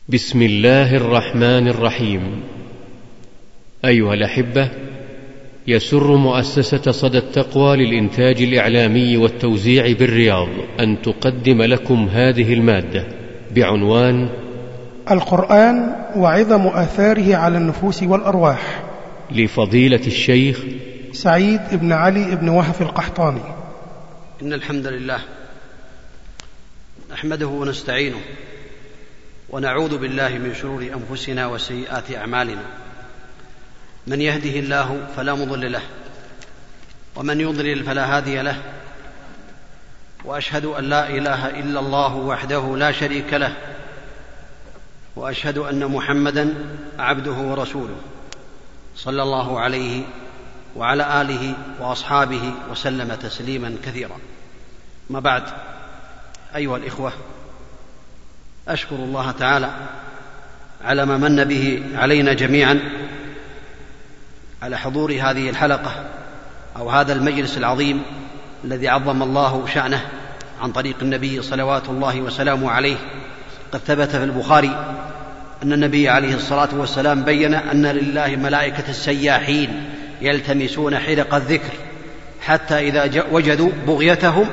بسم الله الرحمن الرحيم. أيها الأحبة، يسر مؤسسة صدى التقوى للإنتاج الإعلامي والتوزيع بالرياض أن تقدم لكم هذه المادة بعنوان القرآن وعظم آثاره على النفوس والأرواح، لفضيلة الشيخ سعيد بن علي بن وهف القحطاني. إن الحمد لله نحمده ونستعينه ونعوذ بالله من شرور أنفسنا وسيئات أعمالنا، من يهده الله فلا مضل له ومن يضلل فلا هادي له، وأشهد أن لا إله إلا الله وحده لا شريك له، وأشهد أن محمدًا عبده ورسوله صلى الله عليه وعلى آله وأصحابه وسلم تسليما كثيرا. ما بعد، أيها الإخوة، أشكر الله تعالى على ما من به علينا جميعا على حضور هذه الحلقة أو هذا المجلس العظيم الذي عظم الله شأنه عن طريق النبي صلوات الله وسلامه عليه. قد ثبت في البخاري أن النبي عليه الصلاة والسلام بين أن لله ملائكة السياحين يلتمسون حلق الذكر حتى إذا وجدوا بغيتهم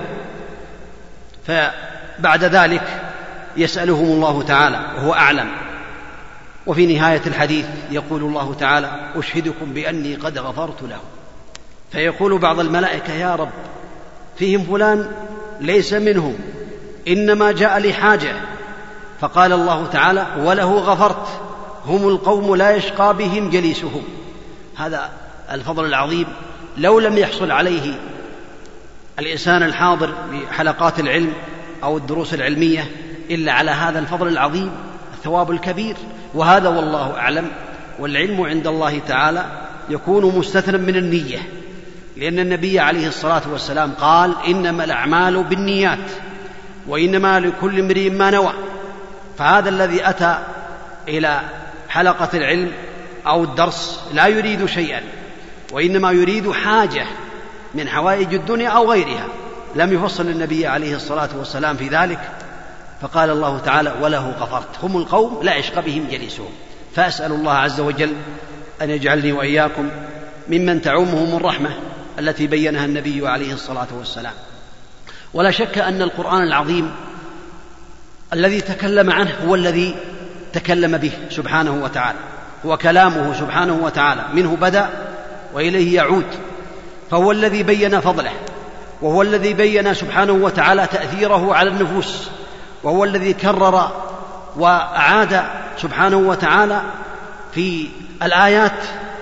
فبعد ذلك يسألهم الله تعالى وهو أعلم. وفي نهاية الحديث يقول الله تعالى: أشهدكم بأني قد غفرت له. فيقول بعض الملائكة: يا رب، فيهم فلان ليس منهم، إنما جاء لحاجة. فقال الله تعالى: وله غفرت، هم القوم لا يشقى بهم جليسهم. هذا الفضل العظيم لو لم يحصل عليه الإنسان الحاضر بحلقات العلم أو الدروس العلمية إلا على هذا الفضل العظيم، الثواب الكبير. وهذا والله أعلم، والعلم عند الله تعالى يكون مستثنى من النية، لأن النبي عليه الصلاة والسلام قال: إنما الأعمال بالنيات وإنما لكل امرئ ما نوى. فهذا الذي أتى إلى حلقة العلم أو الدرس لا يريد شيئا، وإنما يريد حاجة من حوائج الدنيا أو غيرها. لم يفصل النبي عليه الصلاة والسلام في ذلك، فقال الله تعالى: وله غفرت، هم القوم لا يشقى بهم جليسهم. فأسأل الله عز وجل أن يجعلني وإياكم ممن تعمهم الرحمة التي بينها النبي عليه الصلاة والسلام. ولا شك أن القرآن العظيم الذي تكلم عنه هو الذي تكلم به سبحانه وتعالى، هو كلامه سبحانه وتعالى، منه بدأ وإليه يعود. فهو الذي بين فضله، وهو الذي بين سبحانه وتعالى تأثيره على النفوس، وهو الذي كرر وأعاد سبحانه وتعالى في الآيات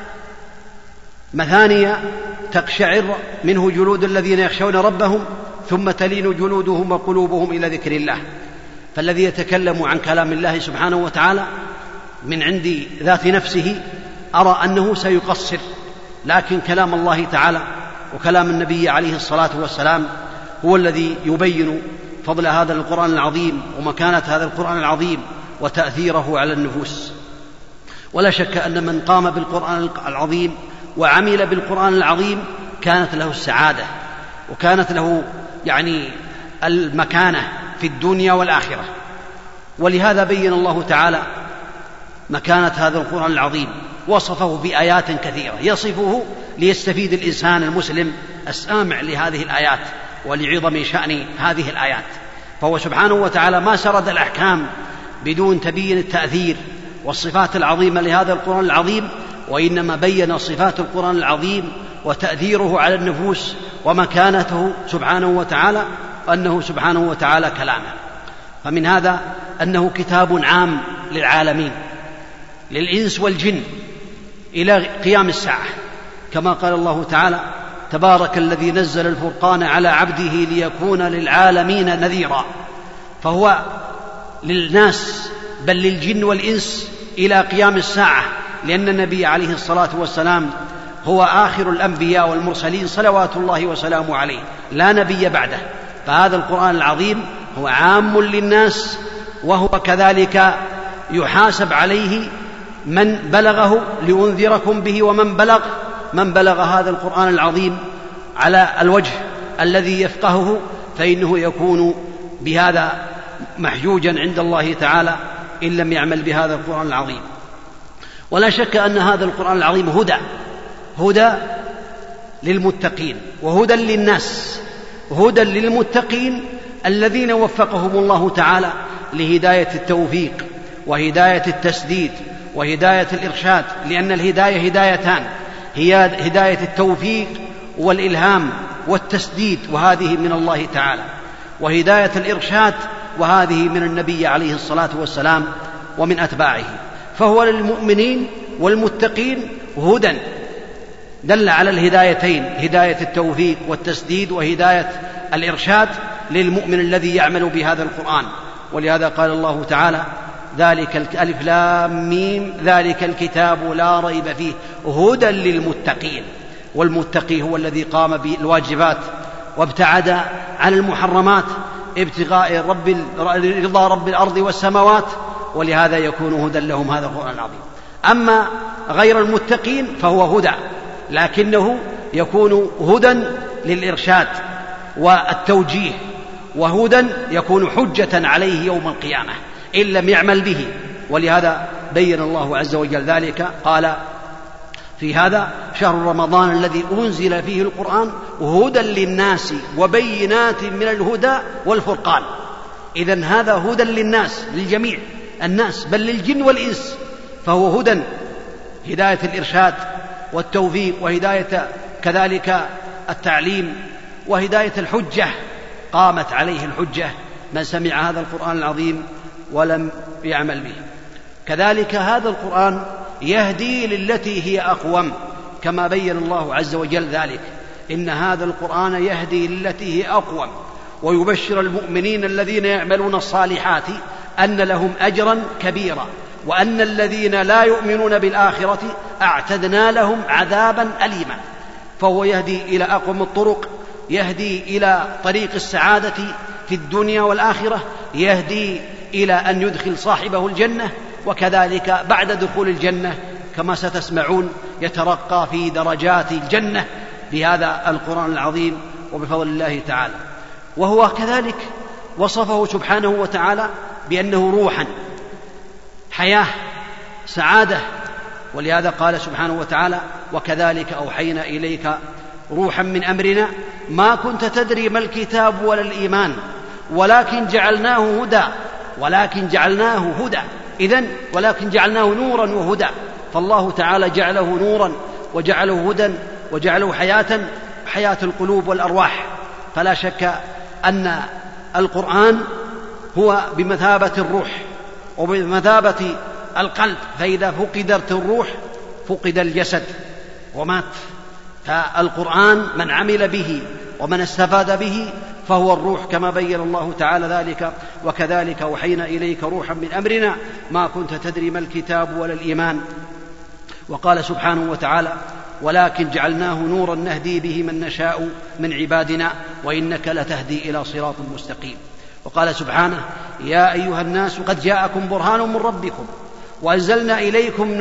مثانية تقشعر منه جلود الذين يخشون ربهم ثم تلين جلودهم وقلوبهم إلى ذكر الله. فالذي يتكلم عن كلام الله سبحانه وتعالى من عند ذات نفسه أرى أنه سيقصر، لكن كلام الله تعالى وكلام النبي عليه الصلاة والسلام هو الذي يبين فضل هذا القرآن العظيم ومكانة هذا القرآن العظيم وتأثيره على النفوس. ولا شك أن من قام بالقرآن العظيم وعمل بالقرآن العظيم كانت له السعادة، وكانت له المكانة في الدنيا والآخرة. ولهذا بين الله تعالى مكانة هذا القرآن العظيم، وصفه بآيات كثيرة يصفه ليستفيد الإنسان المسلم السامع لهذه الآيات ولعظم شأن هذه الآيات. فهو سبحانه وتعالى ما سرد الأحكام بدون تبيين التأثير والصفات العظيمة لهذا القرآن العظيم، وإنما بين صفات القرآن العظيم وتأثيره على النفوس ومكانته سبحانه وتعالى، أنه سبحانه وتعالى كلامه. فمن هذا أنه كتاب عام للعالمين، للإنس والجن إلى قيام الساعة، كما قال الله تعالى: تبارك الذي نزل الفرقان على عبده ليكون للعالمين نذيرا. فهو للناس بل للجن والإنس إلى قيام الساعة، لأن النبي عليه الصلاة والسلام هو آخر الأنبياء والمرسلين صلوات الله وسلامه عليه، لا نبي بعده. فهذا القرآن العظيم هو عام للناس، وهو كذلك يحاسب عليه من بلغه لأنذركم به، ومن بلغ هذا القرآن العظيم على الوجه الذي يفقهه فإنه يكون بهذا محجوجا عند الله تعالى إن لم يعمل بهذا القرآن العظيم. ولا شك أن هذا القرآن العظيم هدى للمتقين وهدى للناس. هدى للمتقين الذين وفقهم الله تعالى لهداية التوفيق وهداية التسديد وهداية الإرشاد، لأن الهداية هدايتان، هي هداية التوفيق والإلهام والتسديد، وهذه من الله تعالى، وهداية الإرشاد وهذه من النبي عليه الصلاة والسلام ومن أتباعه. فهو للمؤمنين والمتقين هدى دل على الهدايتين، هداية التوفيق والتسديد وهداية الإرشاد للمؤمن الذي يعمل بهذا القرآن. ولهذا قال الله تعالى: ذلك الألف لام ميم ذلك الكتاب لا ريب فيه هدى للمتقين. والمتقي هو الذي قام بالواجبات وابتعد عن المحرمات ابتغاء رضا رب الأرض والسماوات، ولهذا يكون هدى لهم هذا القرآن العظيم. أما غير المتقين فهو هدى، لكنه يكون هدى للإرشاد والتوجيه، وهدى يكون حجة عليه يوم القيامة إن لم يعمل به. ولهذا بين الله عز وجل ذلك، قال في هذا: شهر رمضان الذي أنزل فيه القرآن هدى للناس وبينات من الهدى والفرقان. إذن هذا هدى للناس، للجميع الناس، بل للجن والإنس، فهو هدى، هداية الإرشاد والتوفيق، وهداية كذلك التعليم، وهداية الحجة، قامت عليه الحجة من سمع هذا القرآن العظيم ولم يعمل به. كذلك هذا القرآن يهدي للتي هي أقوم، كما بين الله عز وجل ذلك: إن هذا القرآن يهدي للتي هي أقوم، ويبشر المؤمنين الذين يعملون الصالحات أن لهم أجرا كبيرا، وأن الذين لا يؤمنون بالآخرة أعتدنا لهم عذابا أليما. فهو يهدي إلى أقوم الطرق، يهدي إلى طريق السعادة في الدنيا والآخرة، يهدي إلى أن يدخل صاحبه الجنة، وكذلك بعد دخول الجنة كما ستسمعون يترقى في درجات الجنة بهذا القرآن العظيم وبفضل الله تعالى. وهو كذلك وصفه سبحانه وتعالى بأنه روحا، حياة، سعادة. ولهذا قال سبحانه وتعالى: وكذلك أوحينا إليك روحا من أمرنا ما كنت تدري ما الكتاب ولا الإيمان ولكن جعلناه هدى. إذن ولكن جعلناه نورا وهدى. فالله تعالى جعله نورا وجعله هدى وجعله حياة القلوب والأرواح. فلا شك أن القرآن هو بمثابة الروح وبمثابة القلب، فإذا فقدت الروح فقد الجسد ومات. فالقرآن من عمل به ومن استفاد به فهو الروح، كما بين الله تعالى ذلك: وكذلك أوحينا إليك روحا من أمرنا ما كنت تدري ما الكتاب ولا الإيمان. وقال سبحانه وتعالى: ولكن جعلناه نورا نهدي به من نشاء من عبادنا وإنك لتهدي إلى صراط مستقيم. وقال سبحانه: يا أيها الناس قد جاءكم برهان من ربكم وأنزلنا إليكم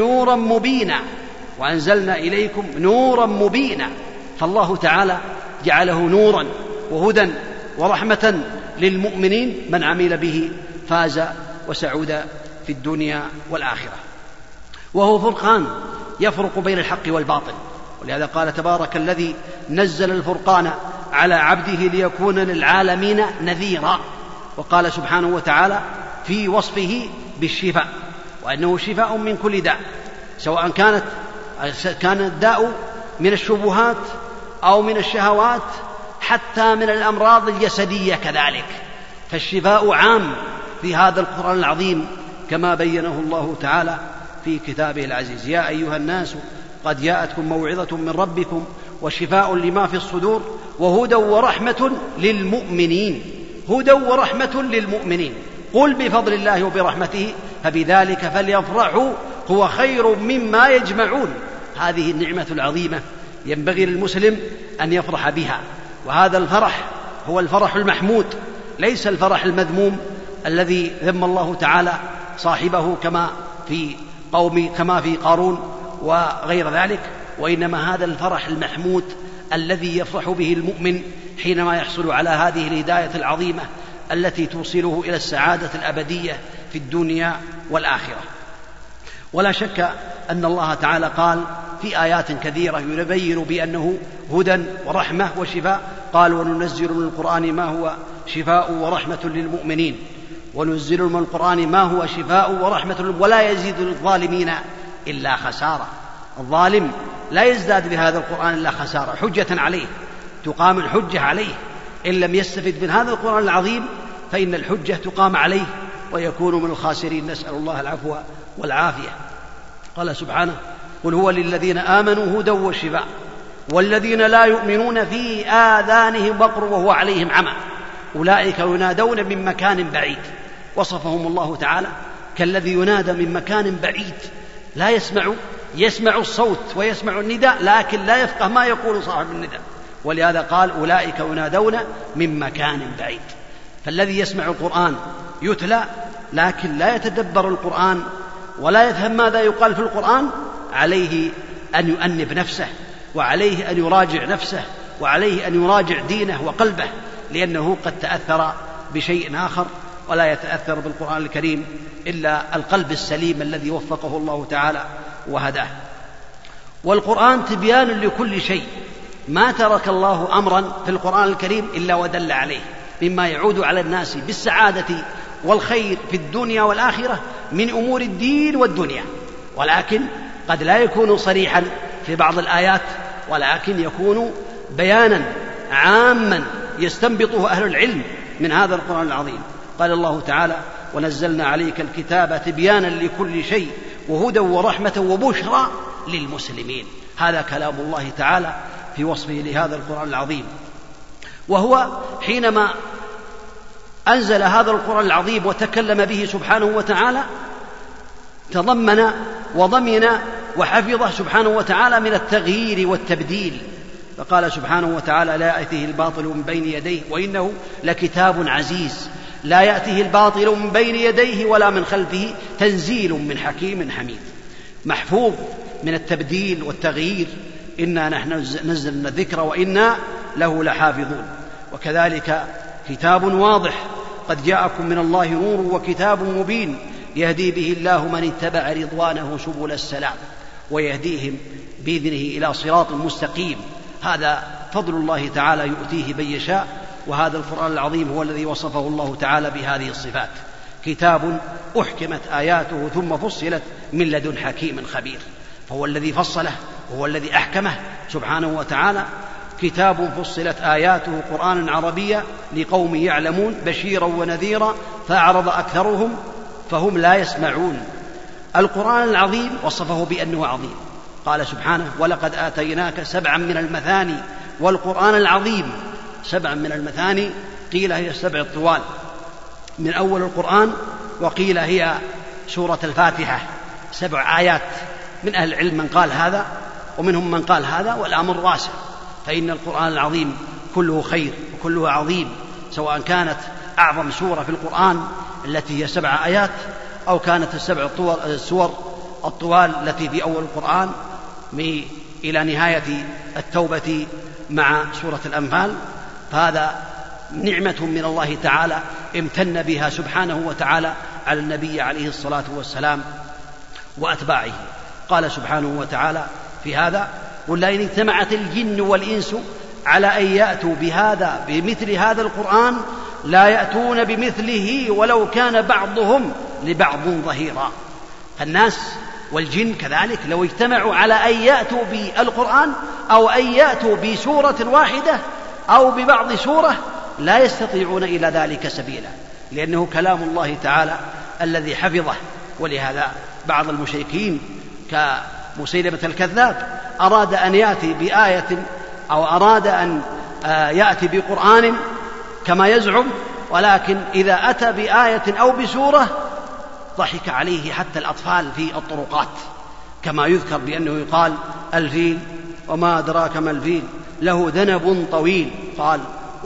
نورا مبينا. فالله تعالى جعله نورا وهدى ورحمة للمؤمنين، من عمل به فاز وسعود في الدنيا والآخرة. وهو فرقان يفرق بين الحق والباطل. ولهذا قال: تبارك الذي نزل الفرقان على عبده ليكون للعالمين نذيرا. وقال سبحانه وتعالى في وصفه بالشفاء، وأنه شفاء من كل داء، سواء كان الداء من الشبهات أو من الشهوات حتى من الأمراض الجسدية كذلك. فالشفاء عام في هذا القرآن العظيم كما بينه الله تعالى في كتابه العزيز: يا أيها الناس قد جاءتكم موعظة من ربكم وشفاء لما في الصدور وهدى ورحمة للمؤمنين. قل بفضل الله وبرحمته فبذلك فليفرحوا هو خير مما يجمعون. هذه النعمة العظيمة ينبغي للمسلم أن يفرح بها، وهذا الفرح هو الفرح المحمود، ليس الفرح المذموم الذي ذم الله تعالى صاحبه كما في قارون وغير ذلك، وإنما هذا الفرح المحمود الذي يفرح به المؤمن حينما يحصل على هذه الهداية العظيمة التي توصله إلى السعادة الأبدية في الدنيا والآخرة. ولا شك أن الله تعالى قال في آيات كثيرة يبين بأنه هدى ورحمة وشفاء، قال وننزل من القرآن ما هو شفاء ورحمة للمؤمنين، وننزل من القرآن ما هو شفاء ورحمة ولا يزيد للظالمين إلا خسارة. الظالم لا يزداد بهذا القرآن إلا خسارة، حجة عليه، تقام الحجة عليه. إن لم يستفد من هذا القرآن العظيم فإن الحجة تقام عليه ويكون من الخاسرين، نسأل الله العفو والعافية. قال سبحانه قل هو للذين آمنوا هدى وشفاء والذين لا يؤمنون في آذانهم وقر وهو عليهم عمى أولئك ينادون من مكان بعيد. وصفهم الله تعالى كالذي ينادى من مكان بعيد، لا يسمع الصوت ويسمع النداء لكن لا يفقه ما يقول صاحب النداء، ولهذا قال أولئك ينادون من مكان بعيد. فالذي يسمع القرآن يتلى لكن لا يتدبر القرآن ولا يفهم ماذا يقال في القرآن، عليه أن يؤنب نفسه، وعليه أن يراجع نفسه، وعليه أن يراجع دينه وقلبه، لأنه قد تأثر بشيء آخر، ولا يتأثر بالقرآن الكريم إلا القلب السليم الذي وفقه الله تعالى وهداه. والقرآن تبيان لكل شيء، ما ترك الله أمرا في القرآن الكريم إلا ودل عليه مما يعود على الناس بالسعادة والخير في الدنيا والآخرة من أمور الدين والدنيا، ولكن قد لا يكون صريحا في بعض الآيات، ولكن يكون بيانا عاما يستنبطه أهل العلم من هذا القرآن العظيم. قال الله تعالى ونزلنا عليك الكتاب تبيانا لكل شيء وهدى ورحمة وبشرى للمسلمين. هذا كلام الله تعالى في وصفه لهذا القرآن العظيم. وهو حينما أنزل هذا القرآن العظيم وتكلم به سبحانه وتعالى تضمن وضمن وحفظه سبحانه وتعالى من التغيير والتبديل. فقال سبحانه وتعالى لا يأتيه الباطل من بين يديه وإنه لكتاب عزيز لا يأتيه الباطل من بين يديه ولا من خلفه تنزيل من حكيم حميد. محفوظ من التبديل والتغيير، إنا نحن نزلنا الذكر وإنا له لحافظون. وكذلك كتاب واضح قد جاءكم من الله نور وكتاب مبين يهدي به الله من اتبع رضوانه سبل السلام ويهديهم بإذنه إلى صراط مستقيم. هذا فضل الله تعالى يؤتيه من يشاء، وهذا القرآن العظيم هو الذي وصفه الله تعالى بهذه الصفات. كتاب أحكمت آياته ثم فصلت من لدن حكيم خبير، فهو الذي فصله وهو الذي أحكمه سبحانه وتعالى. كتاب فصلت آياته قرآنا عربيا لقوم يعلمون بشيرا ونذيرا فأعرض أكثرهم فهم لا يسمعون. القرآن العظيم وصفه بأنه عظيم، قال سبحانه ولقد آتيناك 7 من المثاني والقرآن العظيم. 7 من المثاني قيل هي 7 الطوال من أول القرآن، وقيل هي سورة الفاتحة 7 آيات. من أهل العلم من قال هذا ومنهم من قال هذا، والأمر واسع، فإن القرآن العظيم كله خير وكله عظيم، سواء كانت أعظم سورة في القرآن التي هي 7 آيات أو كانت 7 السور الطوال التي في أول القرآن إلى نهاية التوبة مع سورة الأنفال. فهذا نعمة من الله تعالى امتن بها سبحانه وتعالى على النبي عليه الصلاة والسلام وأتباعه. قال سبحانه وتعالى في هذا قل لئن اجتمعت الجن والإنس على أن يأتوا بمثل هذا القرآن لا يأتون بمثله ولو كان بعضهم لبعض ظهيرا. فالناس والجن كذلك لو اجتمعوا على أن يأتوا بالقرآن أو أن يأتوا بسورة واحدة أو ببعض سورة لا يستطيعون إلى ذلك سبيلا، لأنه كلام الله تعالى الذي حفظه. ولهذا بعض المشركين كمسيلمة الكذاب أراد أن يأتي بآية أو أراد أن يأتي بقرآن كما يزعم، ولكن إذا أتى بآية أو بسورة ضحك عليه حتى الأطفال في الطرقات، كما يذكر بأنه يقال الفيل وما أدراك ما الفيل له ذنب طويل، قال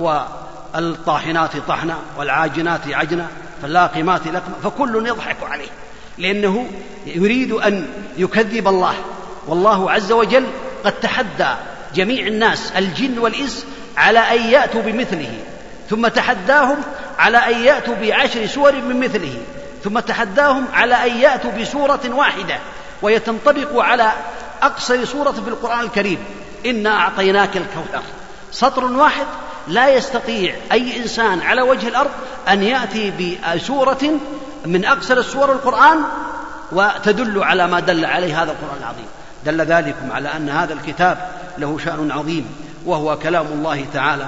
والطاحنات طحنا والعاجنات عجنا فاللاقمات لقما، فكل يضحك عليه لأنه يريد أن يكذب الله. والله عز وجل قد تحدى جميع الناس الجن والإنس على أن يأتوا بمثله، ثم تحداهم على أن يأتوا ب10 سور من مثله، ثم تحداهم على أن يأتوا بسورة واحدة وهي تنطبق على أقصر سورة في القرآن الكريم، إنا أعطيناك الكوثر. سطر واحد لا يستطيع أي إنسان على وجه الأرض أن يأتي بسورة من أقصر السور القرآن وتدل على ما دل عليه هذا القرآن العظيم. دل ذلكم على أن هذا الكتاب له شأن عظيم وهو كلام الله تعالى.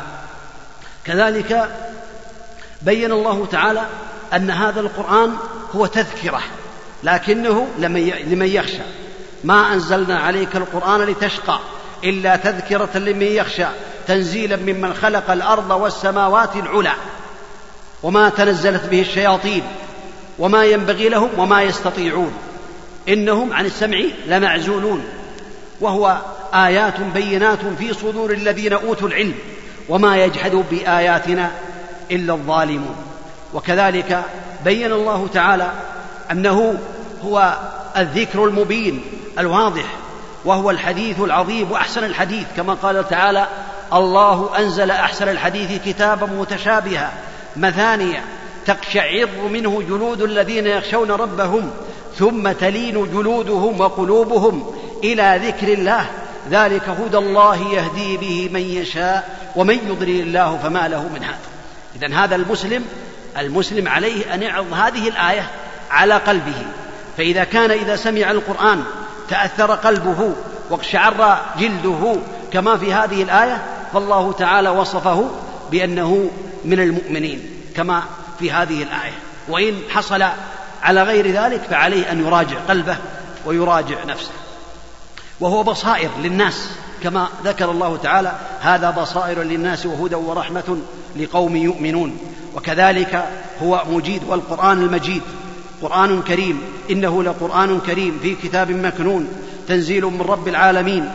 كذلك بين الله تعالى أن هذا القرآن هو تذكرة لكنه لمن يخشى. ما أنزلنا عليك القرآن لتشقى إلا تذكرة لمن يخشى تنزيلا ممن خلق الأرض والسماوات العلى وما تنزلت به الشياطين وما ينبغي لهم وما يستطيعون إنهم عن السمع لمعزولون وهو آيات بينات في صدور الذين أوتوا العلم وما يجحد بآياتنا إلا الظالمون. وكذلك بين الله تعالى أنه هو الذكر المبين الواضح وهو الحديث العظيم وأحسن الحديث، كما قال تعالى الله أنزل أحسن الحديث كتابا متشابها مثانية تقشعر منه جلود الذين يخشون ربهم ثم تلين جلودهم وقلوبهم إلى ذكر الله ذلك هدى الله يهدي به من يشاء ومن يضلل الله فما له من هاد. إذن هذا المسلم عليه أن يعظ هذه الآية على قلبه، فإذا كان إذا سمع القرآن تأثر قلبه واقشعر جلده كما في هذه الآية، فالله تعالى وصفه بأنه من المؤمنين كما في هذه الآية. وإن حصل على غير ذلك فعليه أن يراجع قلبه ويراجع نفسه. وهو بصائر للناس كما ذكر الله تعالى هذا بصائر للناس وهدى ورحمة لقوم يؤمنون. وكذلك هو مجيد والقرآن المجيد قرآن كريم إنه لقرآن كريم في كتاب مكنون تنزيل من رب العالمين.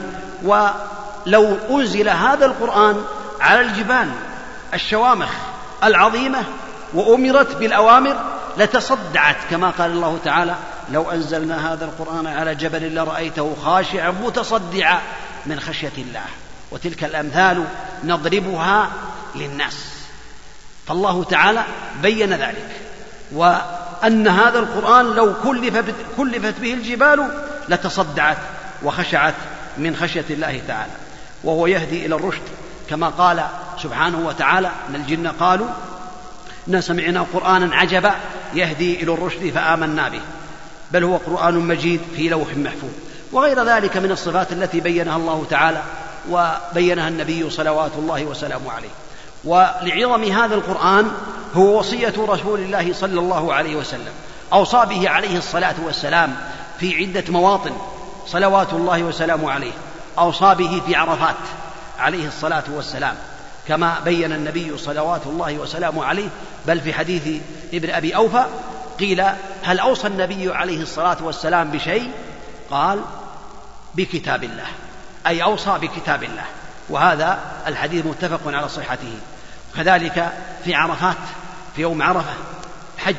ولو أنزل هذا القرآن على الجبال الشوامخ العظيمة وأمرت بالأوامر لتصدعت كما قال الله تعالى لو أنزلنا هذا القرآن على جبل لرأيته خاشعا متصدعا من خشية الله. وتلك الأمثال نضربها للناس. فالله تعالى بين ذلك وأن هذا القرآن لو كلفت به الجبال لتصدعت وخشعت من خشية الله تعالى. وهو يهدي إلى الرشد كما قال سبحانه وتعالى أن الجن قالوا إنا سمعنا قرآنا عجبا يهدي إلى الرشد فآمنا به بل هو قرآن مجيد في لوح محفوظ. وغير ذلك من الصفات التي بينها الله تعالى وبينها النبي صلوات الله وسلامه عليه. ولعظم هذا القرآن هو وصية رسول الله صلى الله عليه وسلم أوصى به عليه الصلاة والسلام في عدة مواطن صلوات الله وسلامه عليه. أوصى به في عرفات عليه الصلاة والسلام كما بين النبي صلوات الله وسلامه عليه. بل في حديث ابن أبي أوفى قيل هل أوصى النبي عليه الصلاة والسلام بشيء؟ قال بكتاب الله، أي أوصى بكتاب الله. وهذا الحديث متفق على صحته. كذلك في عرفات في يوم عرفة حج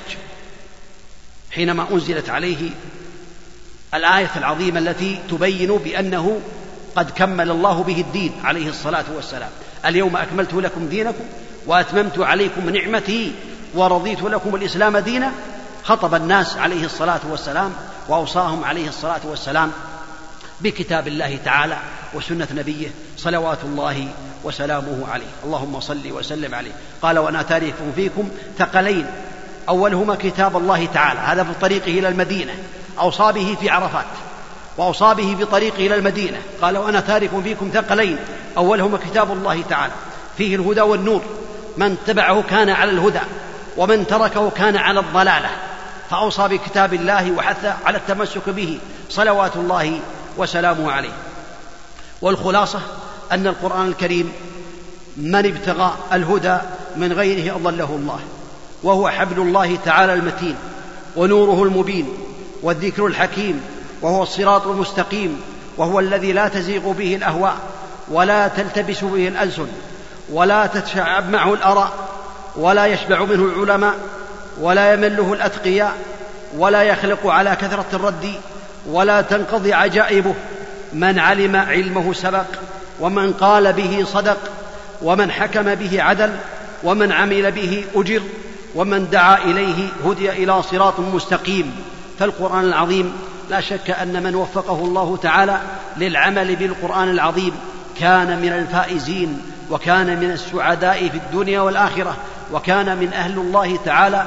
حينما أنزلت عليه الآية العظيمة التي تبين بأنه قد كمل الله به الدين عليه الصلاة والسلام اليوم أكملت لكم دينكم وأتممت عليكم نعمتي ورضيت لكم الإسلام دينا. خطب الناس عليه الصلاة والسلام وأوصاهم عليه الصلاة والسلام بكتاب الله تعالى وسنة نبيه صلوات الله وسلامه عليه. اللهم صل وسلم عليه. قال وأنا تارك فيكم ثقلين أولهما كتاب الله تعالى، هذا في طريقه إلى المدينة أوصى به في عرفات وأوصى به في طريقه إلى المدينة. قال وأنا تارك فيكم ثقلين أولهما كتاب الله تعالى فيه الهدى والنور، من تبعه كان على الهدى ومن تركه كان على الضلالة. فأوصى بكتاب الله وحث على التمسك به صلوات الله وسلامه عليه. والخلاصة أن القرآن الكريم من ابتغى الهدى من غيره أضله الله، وهو حبل الله تعالى المتين ونوره المبين والذكر الحكيم، وهو الصراط المستقيم، وهو الذي لا تزيغ به الأهواء ولا تلتبس به الألسن ولا تتشعب معه الآراء ولا يشبع منه العلماء ولا يمله الأتقياء ولا يخلق على كثرة الرد ولا تنقضي عجائبه. من علم علمه سبق ومن قال به صدق ومن حكم به عدل ومن عمل به أجر ومن دعا إليه هدي إلى صراط مستقيم. فالقرآن العظيم لا شك أن من وفقه الله تعالى للعمل بالقرآن العظيم كان من الفائزين، وكان من السعداء في الدنيا والآخرة، وكان من أهل الله تعالى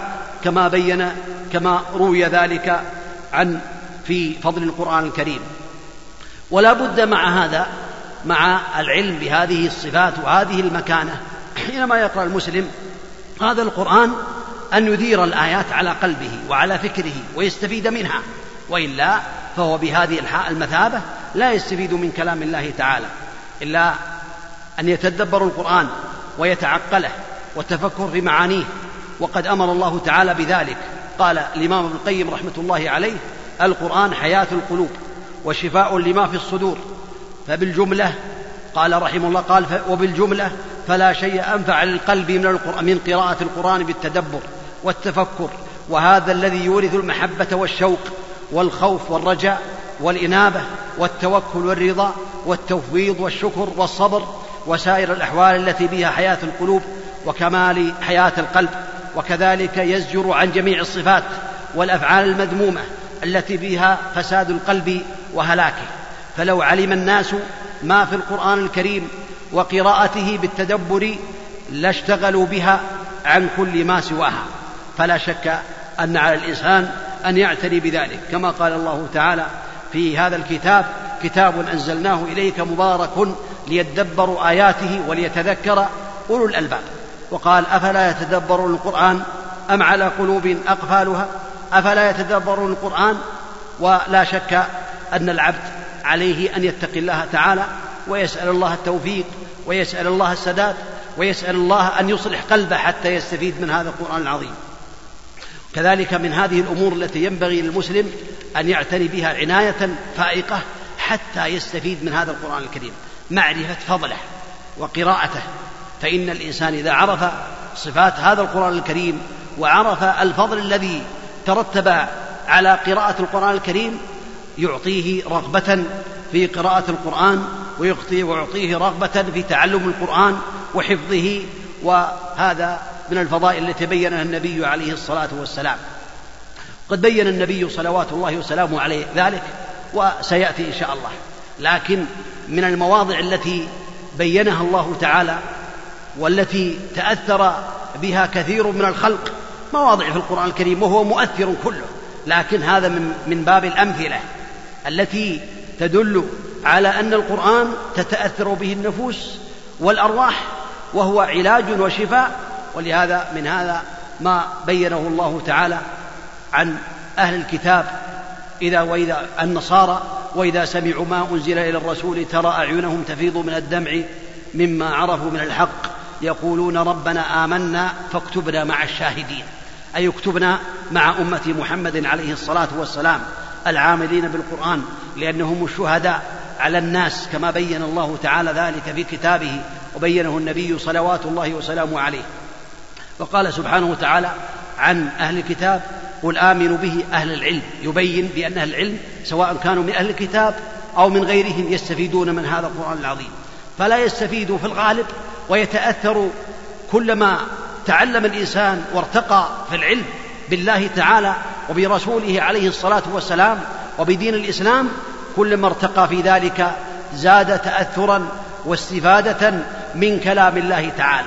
كما روي ذلك في فضل القرآن الكريم. ولا بد مع هذا، مع العلم بهذه الصفات وهذه المكانة، حينما يقرأ المسلم هذا القرآن أن يدير الآيات على قلبه وعلى فكره ويستفيد منها، وإلا فهو بهذه المثابة لا يستفيد من كلام الله تعالى إلا أن يتدبر القرآن ويتعقله والتفكر في معانيه. وقد أمر الله تعالى بذلك. قال الإمام ابن القيم رحمة الله عليه: القرآن حياة القلوب وشفاء لما في الصدور. فبالجملة قال رحمه الله وبالجملة فلا شيء أنفع للقلب من قراءة القرآن بالتدبر والتفكر، وهذا الذي يورث المحبة والشوق والخوف والرجاء والإنابة والتوكل والرضا والتفويض والشكر والصبر وسائر الأحوال التي بها حياة القلوب وكمال حياة القلب. وكذلك يزجر عن جميع الصفات والأفعال المذمومة التي بها فساد القلب وهلاكه. فلو علم الناس ما في القرآن الكريم وقراءته بالتدبر لاشتغلوا بها عن كل ما سواها. فلا شك أن على الإنسان أن يعتني بذلك، كما قال الله تعالى في هذا الكتاب: كتاب أنزلناه إليك مبارك ليدبروا آياته وليتذكر أولو الألباب. وقال: أفلا يتدبرون القرآن أم على قلوب أقفالها. أفلا يتدبرون القرآن. ولا شك أن العبد عليه أن يتقي الله تعالى ويسأل الله التوفيق ويسأل الله السداد ويسأل الله أن يصلح قلبه حتى يستفيد من هذا القرآن العظيم. كذلك من هذه الأمور التي ينبغي للمسلم أن يعتني بها عناية فائقة حتى يستفيد من هذا القرآن الكريم، معرفة فضله وقراءته. فإن الإنسان إذا عرف صفات هذا القرآن الكريم وعرف الفضل الذي ترتب على قراءة القرآن الكريم يعطيه رغبة في قراءة القرآن ويعطيه رغبة في تعلم القرآن وحفظه. وهذا من الفضائل التي بينها النبي عليه الصلاة والسلام. قد بين النبي صلوات الله وسلامه عليه ذلك وسيأتي إن شاء الله. لكن من المواضع التي بينها الله تعالى والتي تأثر بها كثير من الخلق مواضع في القرآن الكريم وهو مؤثر كله، لكن هذا من باب الأمثلة التي تدل على أن القرآن تتأثر به النفوس والأرواح وهو علاج وشفاء. ولهذا من هذا ما بينه الله تعالى عن أهل الكتاب وإذا النصارى: وإذا سمعوا ما أنزل إلى الرسول ترى أعينهم تفيض من الدمع مما عرفوا من الحق يقولون ربنا آمنا فاكتبنا مع الشاهدين، أي اكتبنا مع أمة محمد عليه الصلاة والسلام العاملين بالقرآن، لأنهم الشهداء على الناس كما بين الله تعالى ذلك في كتابه وبينه النبي صلوات الله وسلامه عليه. وقال سبحانه وتعالى عن أهل الكتاب: قل آمنوا به أهل العلم، يبين بأن أهل العلم سواء كانوا من أهل الكتاب أو من غيرهم يستفيدون من هذا القرآن العظيم. فلا يستفيد في الغالب ويتأثر كلما تعلم الإنسان وارتقى في العلم بالله تعالى وبرسوله عليه الصلاة والسلام وبدين الإسلام، كلما ارتقى في ذلك زاد تأثرا واستفادة من كلام الله تعالى.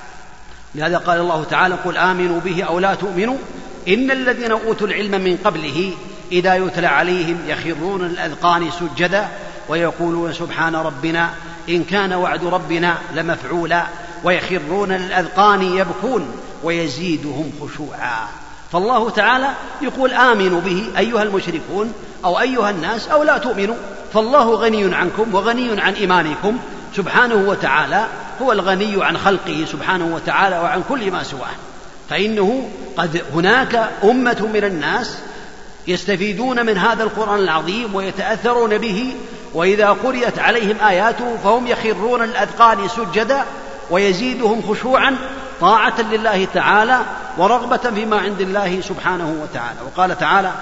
لهذا قال الله تعالى: قل آمنوا به أو لا تؤمنوا إن الذين أوتوا العلم من قبله إذا يتلى عليهم يخرون الأذقان سجدا ويقولون سبحان ربنا إن كان وعد ربنا لمفعولا ويخرون الأذقان يبكون ويزيدهم خشوعا. فالله تعالى يقول: آمنوا به أيها المشركون أو أيها الناس أو لا تؤمنوا، فالله غني عنكم وغني عن إيمانكم سبحانه وتعالى، هو الغني عن خلقه سبحانه وتعالى وعن كل ما سواه. فإنه قد هناك أمة من الناس يستفيدون من هذا القرآن العظيم ويتأثرون به، وإذا قرئت عليهم آياته فهم يخرون الأذقان سجدا ويزيدهم خشوعا طاعة لله تعالى ورغبة فيما عند الله سبحانه وتعالى. وقال تعالى: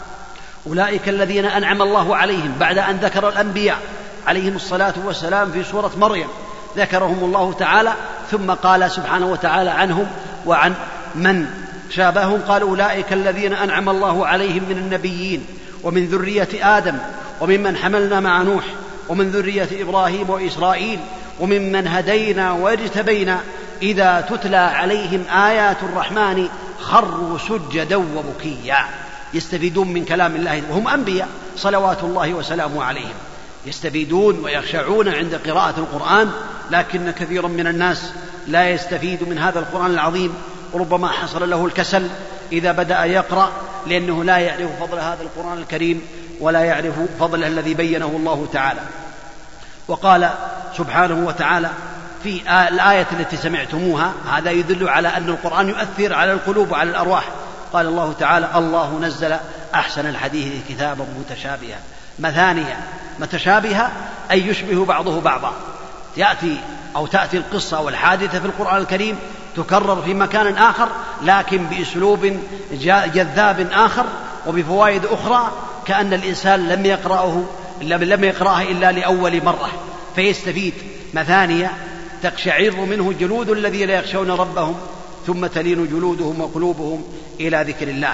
أولئك الذين أنعم الله عليهم، بعد أن ذكر الأنبياء عليهم الصلاة والسلام في سورة مريم ذكرهم الله تعالى، ثم قال سبحانه وتعالى عنهم وعن من شابههم قال أولئك الذين أنعم الله عليهم من النبيين ومن ذرية آدم وممن حملنا مع نوح ومن ذرية إبراهيم وإسرائيل وممن هدينا واجتبينا إذا تتلى عليهم آيات الرحمن خروا سجدا وبكيا. يستفيدون من كلام الله وهم أنبياء صلوات الله وسلامه عليهم، يستفيدون ويخشعون عند قراءة القرآن، لكن كثيرا من الناس لا يستفيد من هذا القرآن العظيم، وربما حصل له الكسل إذا بدأ يقرأ لأنه لا يعرف فضل هذا القرآن الكريم ولا يعرف فضله الذي بينه الله تعالى. وقال سبحانه وتعالى في الآية التي سمعتموها، هذا يدل على أن القرآن يؤثر على القلوب وعلى الأرواح. قال الله تعالى: الله نزل أحسن الحديث كتابا متشابها مثانية. متشابهة أي يشبه بعضه بعضا، تأتي القصة والحادثة في القرآن الكريم تكرر في مكان آخر لكن بأسلوب جذاب آخر وبفوائد أخرى، كأن الإنسان لم يقرأها إلا لأول مرة فيستفيد. مثانية تقشعر منه جلود الذين يخشون ربهم ثم تلين جلودهم وقلوبهم إلى ذكر الله.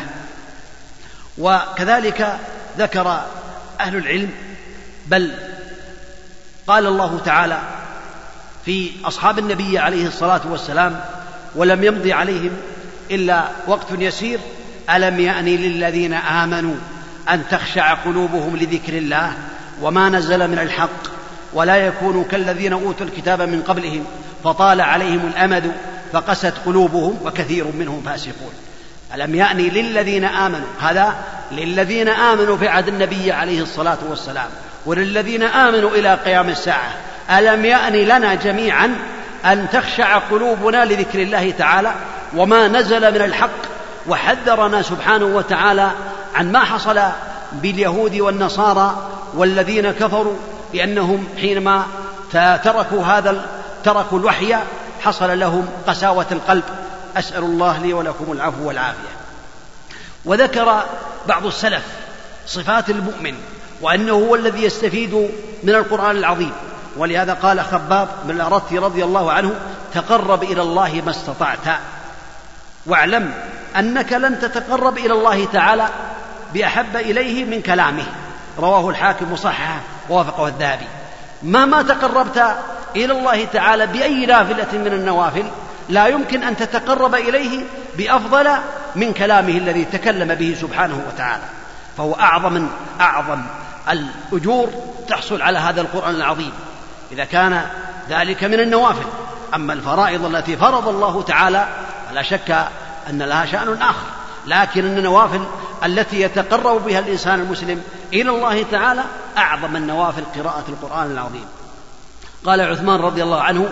وكذلك ذكر أهل العلم، بل قال الله تعالى في أصحاب النبي عليه الصلاة والسلام: ولم يمضي عليهم إلا وقت يسير ألم يأن للذين آمنوا أن تخشع قلوبهم لذكر الله وما نزل من الحق ولا يكونوا كالذين أوتوا الكتاب من قبلهم فطال عليهم الأمد فقست قلوبهم وكثير منهم فاسقون. ألم يأن للذين آمنوا، هذا للذين آمنوا في عهد النبي عليه الصلاة والسلام وللذين آمنوا إلى قيام الساعة. ألم يأن لنا جميعا أن تخشع قلوبنا لذكر الله تعالى وما نزل من الحق، وحذرنا سبحانه وتعالى عن ما حصل باليهود والنصارى والذين كفروا، لأنهم حينما تركوا الوحي حصل لهم قساوة القلب. أسأل الله لي ولكم العفو والعافية. وذكر بعض السلف صفات المؤمن وأنه هو الذي يستفيد من القرآن العظيم، ولهذا قال خباب بن الأرت رضي الله عنه: تقرب إلى الله ما استطعت، واعلم أنك لن تتقرب إلى الله تعالى بأحب إليه من كلامه. رواه الحاكم وصححه ووافقه الذهبي. ما تقربت إلى الله تعالى بأي نافلة من النوافل لا يمكن أن تتقرب إليه بأفضل من كلامه الذي تكلم به سبحانه وتعالى، فهو أعظم الأجور تحصل على هذا القرآن العظيم إذا كان ذلك من النوافل. أما الفرائض التي فرض الله تعالى فلا شك أن لها شأن آخر، لكن النوافل التي يتقرب بها الإنسان المسلم إلى الله تعالى أعظم النوافل قراءة القرآن العظيم. قال عثمان رضي الله عنه: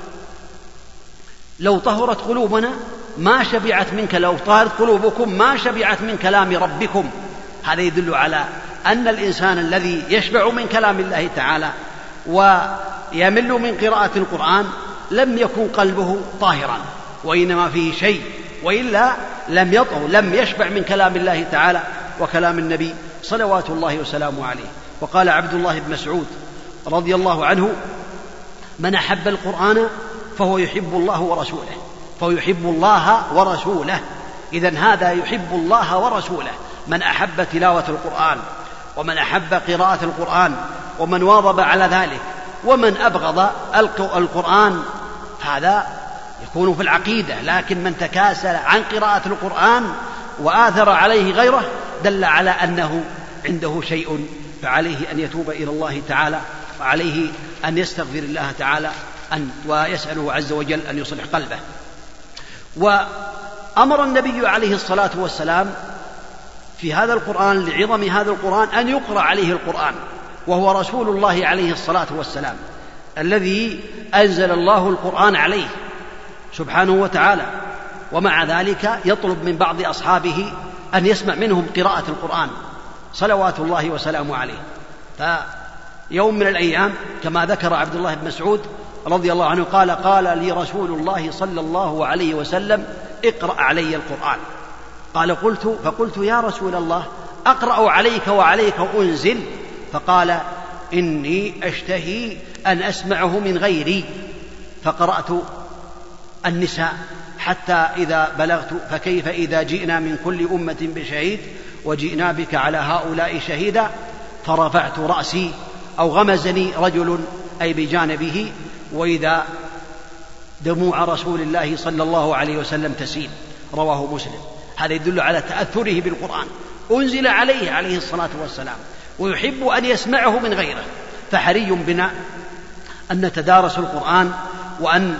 لو طهرت قلوبنا ما شبعت منك، لو طهرت قلوبكم ما شبعت من كلام ربكم. هذا يدل على أن الإنسان الذي يشبع من كلام الله تعالى ويمل من قراءة القرآن لم يكن قلبه طاهرا، وإنما فيه شيء، وإلا لم يشبع من كلام الله تعالى وكلام النبي صلوات الله وسلامه عليه. وقال عبد الله بن مسعود رضي الله عنه: من أحب القرآن فهو يحب الله ورسوله. إذن هذا يحب الله ورسوله، من أحب تلاوة القرآن ومن أحب قراءة القرآن ومن واظب على ذلك، ومن أبغض القرآن هذا يكون في العقيدة. لكن من تكاسل عن قراءة القرآن وآثر عليه غيره دل على أنه عنده شيء، فعليه أن يتوب إلى الله تعالى، وعليه أن يستغفر الله تعالى ويسأله عز وجل أن يصلح قلبه. وأمر النبي عليه الصلاة والسلام في هذا القرآن لعظم هذا القرآن أن يقرأ عليه القرآن، وهو رسول الله عليه الصلاة والسلام الذي أنزل الله القرآن عليه سبحانه وتعالى. ومع ذلك يطلب من بعض أصحابه أن يسمع منهم قراءة القرآن صلوات الله وسلامه عليه. فيوم من الأيام كما ذكر عبد الله بن مسعود رضي الله عنه قال لي رسول الله صلى الله عليه وسلم: اقرأ علي القرآن. فقلت يا رسول الله أقرأ عليك وعليك أنزل؟ فقال: إني أشتهي أن أسمعه من غيري. فقرأت النساء حتى إذا بلغت فكيف إذا جئنا من كل أمة بشهيد وجئنا بك على هؤلاء شهيدا، فرفعت رأسي أو غمزني رجل أي بجانبه، وإذا دموع رسول الله صلى الله عليه وسلم تسيل. رواه مسلم. هذا يدل على تأثره بالقرآن، أنزل عليه عليه الصلاة والسلام ويحب أن يسمعه من غيره، فحري بنا أن نتدارس القرآن وأن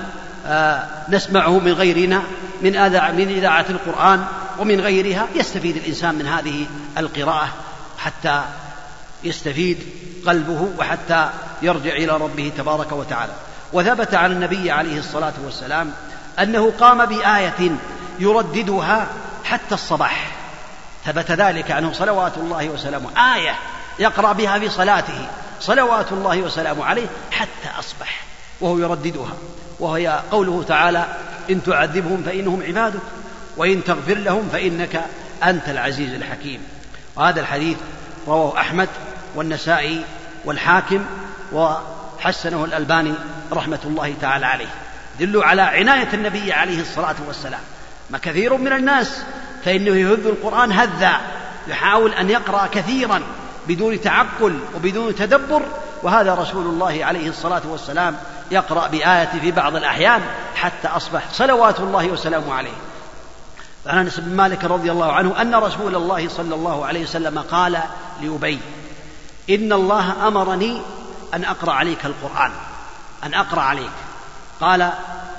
نسمعه من غيرنا من إذاعة القرآن ومن غيرها. يستفيد الإنسان من هذه القراءة حتى يستفيد قلبه وحتى يرجع إلى ربه تبارك وتعالى. وثبت عن النبي عليه الصلاة والسلام أنه قام بآية يرددها حتى الصباح، ثبت ذلك عنه صلوات الله وسلامه، آية يقرأ بها في صلاته صلوات الله وسلامه عليه حتى أصبح وهو يرددها، وهي قوله تعالى: إن تعذبهم فإنهم عبادك وإن تغفر لهم فإنك أنت العزيز الحكيم. وهذا الحديث رواه أحمد والنسائي والحاكم وحسنه الألباني رحمة الله تعالى عليه. دل على عناية النبي عليه الصلاة والسلام. ما كثير من الناس فإنه يهذ القرآن هذا، يحاول أن يقرأ كثيرا بدون تعقل وبدون تدبر، وهذا رسول الله عليه الصلاة والسلام يقرأ بآية في بعض الأحيان حتى أصبح صلوات الله وسلامه عليه. عن أنس بن مالك رضي الله عنه أن رسول الله صلى الله عليه وسلم قال لأبي: إن الله أمرني أن أقرأ عليك القرآن، أن أقرأ عليك. قال: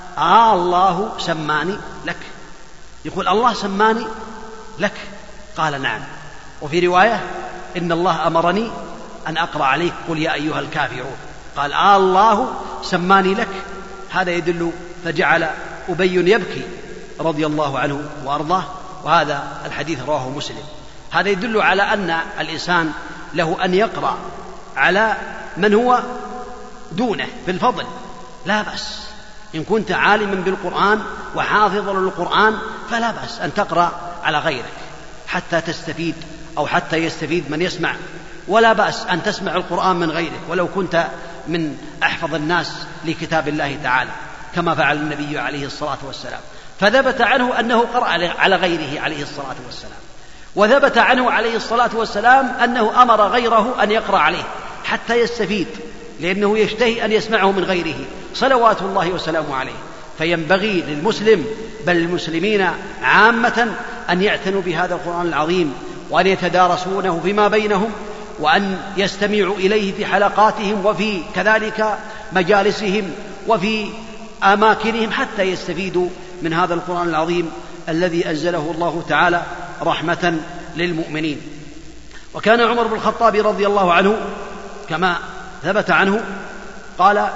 الله سماني لك؟ يقول: الله سماني لك؟ قال: نعم. وفي رواية: إن الله أمرني أن أقرأ عليك قل يا أيها الكافرون. قال: الله سماني لك. هذا يدل، فجعل أبي يبكي رضي الله عنه وأرضاه. وهذا الحديث رواه مسلم. هذا يدل على أن الإنسان له أن يقرأ على من هو دونه في الفضل، لا بأس. إن كنت عالما بالقرآن وحافظا للقرآن فلا بأس أن تقرأ على غيرك حتى تستفيد أو حتى يستفيد من يسمع، ولا بأس أن تسمع القرآن من غيرك ولو كنت من أحفظ الناس لكتاب الله تعالى، كما فعل النبي عليه الصلاة والسلام. فثبت عنه أنه قرأ على غيره عليه الصلاة والسلام، وثبت عنه عليه الصلاة والسلام أنه أمر غيره أن يقرأ عليه حتى يستفيد، لأنه يشتهي أن يسمعه من غيره صلوات الله وسلامه عليه. فينبغي للمسلم بل المسلمين عامة أن يعتنوا بهذا القرآن العظيم وأن يتدارسونه فيما بينهم، وأن يستمعوا إليه في حلقاتهم وفي كذلك مجالسهم وفي أماكنهم حتى يستفيدوا من هذا القرآن العظيم الذي أنزله الله تعالى رحمة للمؤمنين. وكان عمر بن الخطاب رضي الله عنه كما ثبت عنه قال: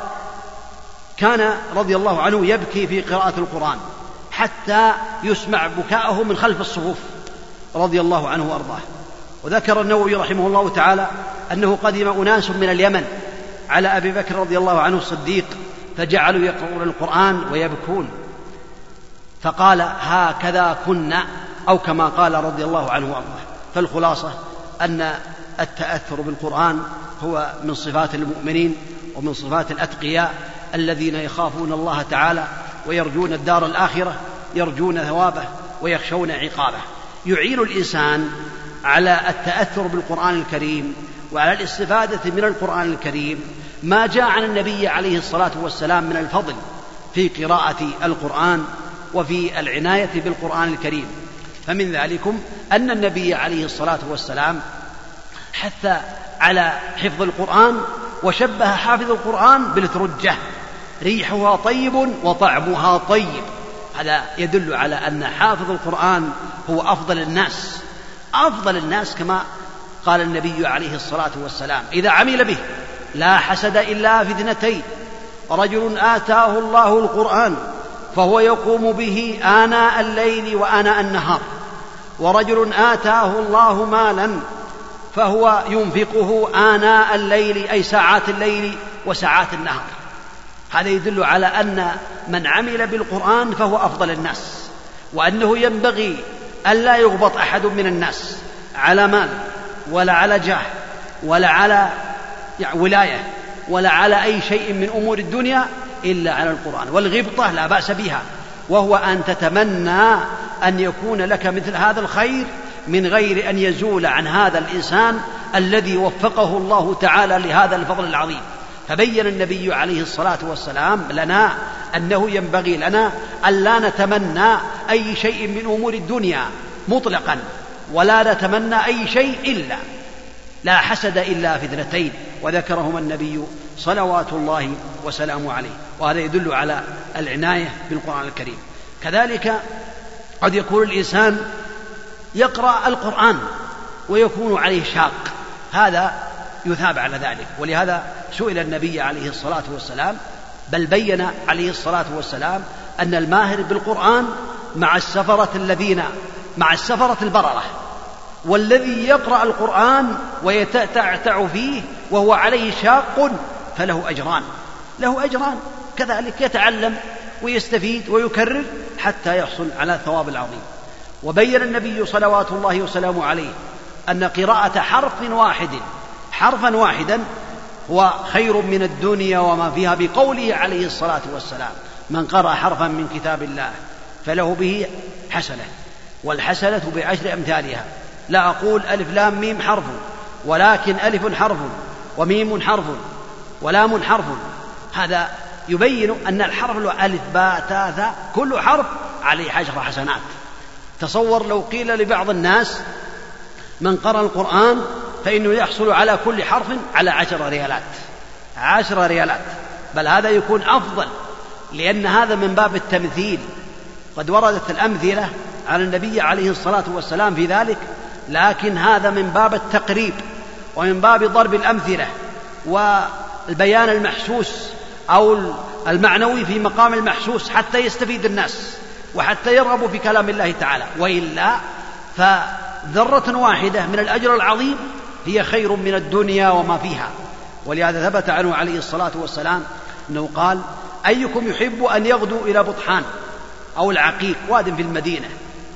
كان رضي الله عنه يبكي في قراءة القرآن حتى يسمع بكاءه من خلف الصفوف رضي الله عنه وأرضاه. وذكر النووي رحمه الله تعالى أنه قدم أناس من اليمن على أبي بكر رضي الله عنه الصديق فجعلوا يقرؤون القرآن ويبكون، فقال: هكذا كنا، أو كما قال رضي الله عنه وأرضاه. فالخلاصة أن التأثر بالقرآن هو من صفات المؤمنين ومن صفات الأتقياء الذين يخافون الله تعالى ويرجون الدار الآخرة، يرجون ثوابه ويخشون عقابه. يعين الإنسان على التأثر بالقرآن الكريم وعلى الاستفادة من القرآن الكريم ما جاء عن النبي عليه الصلاة والسلام من الفضل في قراءة القرآن وفي العناية بالقرآن الكريم. فمن ذلكم أن النبي عليه الصلاة والسلام حث على حفظ القرآن وشبه حافظ القرآن بالترجة، ريحها طيب وطعمها طيب. هذا يدل على أن حافظ القرآن هو أفضل الناس، أفضل الناس، كما قال النبي عليه الصلاة والسلام: إذا عمل به لا حسد إلا في اثنتين: رجل آتاه الله القرآن فهو يقوم به آناء الليل وآناء النهار، ورجل آتاه الله مالا فهو ينفقه آناء الليل أي ساعات الليل وساعات النهار. هذا يدل على أن من عمل بالقرآن فهو أفضل الناس، وأنه ينبغي أن لا يغبط أحد من الناس على مال ولا على جاه ولا على ولاية ولا على أي شيء من أمور الدنيا إلا على القرآن. والغبطة لا بأس بها، وهو أن تتمنى أن يكون لك مثل هذا الخير من غير أن يزول عن هذا الإنسان الذي وفقه الله تعالى لهذا الفضل العظيم. فبين النبي عليه الصلاة والسلام لنا أنه ينبغي لنا أن لا نتمنى أي شيء من أمور الدنيا مطلقا، ولا نتمنى أي شيء إلا لا حسد إلا في اثنتين، وذكرهما النبي صلوات الله وسلامه عليه، وهذا يدل على العناية بالقرآن الكريم. كذلك قد يكون الإنسان يقرأ القرآن ويكون عليه شاق، هذا يثاب على ذلك، ولهذا سئل النبي عليه الصلاة والسلام، بل بين عليه الصلاة والسلام أن الماهر بالقرآن مع السفرة البررة، والذي يقرأ القرآن ويتعتع فيه وهو عليه شاق فله أجران كذلك، يتعلم ويستفيد ويكرر حتى يحصل على الثواب العظيم. وبين النبي صلوات الله وسلامه عليه أن قراءة حرفا واحدا هو خير من الدنيا وما فيها، بقوله عليه الصلاة والسلام: من قرأ حرفا من كتاب الله فله به حسنة، والحسنة بعشر أمثالها. لا أقول ألف لام ميم حرف، ولكن ألف حرف وميم حرف ولام حرف. هذا يبين أن الحرف ألف باء تاء ثاء كل حرف عليه 10 حسنات. تصور لو قيل لبعض الناس من قرأ القرآن فإنه يحصل على كل حرف على 10 ريالات، بل هذا يكون أفضل، لأن هذا من باب التمثيل. قد وردت الأمثلة على النبي عليه الصلاة والسلام في ذلك، لكن هذا من باب التقريب ومن باب ضرب الأمثلة والبيان المحسوس أو المعنوي في مقام المحسوس، حتى يستفيد الناس وحتى يرغبوا في كلام الله تعالى. وإلا فذرة واحدة من الأجر العظيم هي خير من الدنيا وما فيها. ولهذا ثبت عنه عليه الصلاة والسلام أنه قال: أيكم يحب أن يغدو إلى بطحان أو العقيق واد في المدينة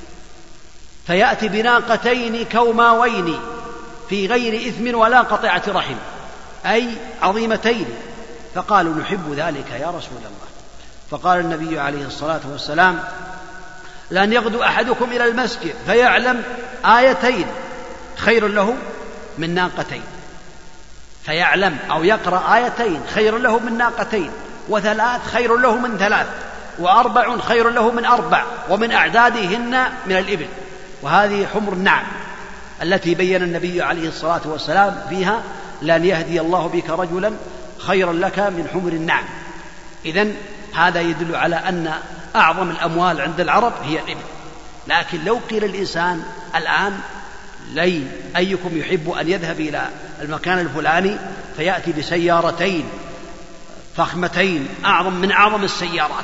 فيأتي بناقتين كوماوين في غير إثم ولا قطيعة رحم، أي عظيمتين؟ فقالوا: نحب ذلك يا رسول الله. فقال النبي عليه الصلاة والسلام: لأن يغدو أحدكم إلى المسجد فيعلم آيتين خير له من ناقتين، فيعلم أو يقرأ آيتين خير له من ناقتين، وثلاث خير له من ثلاث، وأربع خير له من أربع، ومن أعدادهن من الإبل. وهذه حمر النعم التي بين النبي عليه الصلاة والسلام فيها: لأن يهدي الله بك رجلا خيرا لك من حمر النعم. إذن هذا يدل على أن أعظم الأموال عند العرب هي الإبل. لكن لو قيل الإنسان الآن: أيكم يحب أن يذهب إلى المكان الفلاني فيأتي بسيارتين فخمتين أعظم من أعظم السيارات،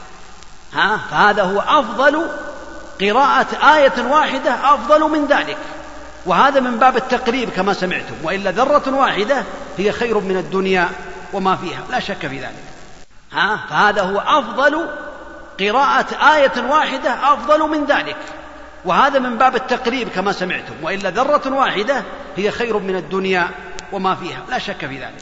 فهذا هو أفضل، قراءة آية واحدة أفضل من ذلك، وهذا من باب التقريب كما سمعتم. وإلا ذرة واحدة هي خير من الدنيا وما فيها، لا شك في ذلك. فهذا هو أفضل، قراءة آية واحدة أفضل من ذلك، وهذا من باب التقريب كما سمعتم. وإلا ذرة واحدة هي خير من الدنيا وما فيها، لا شك في ذلك.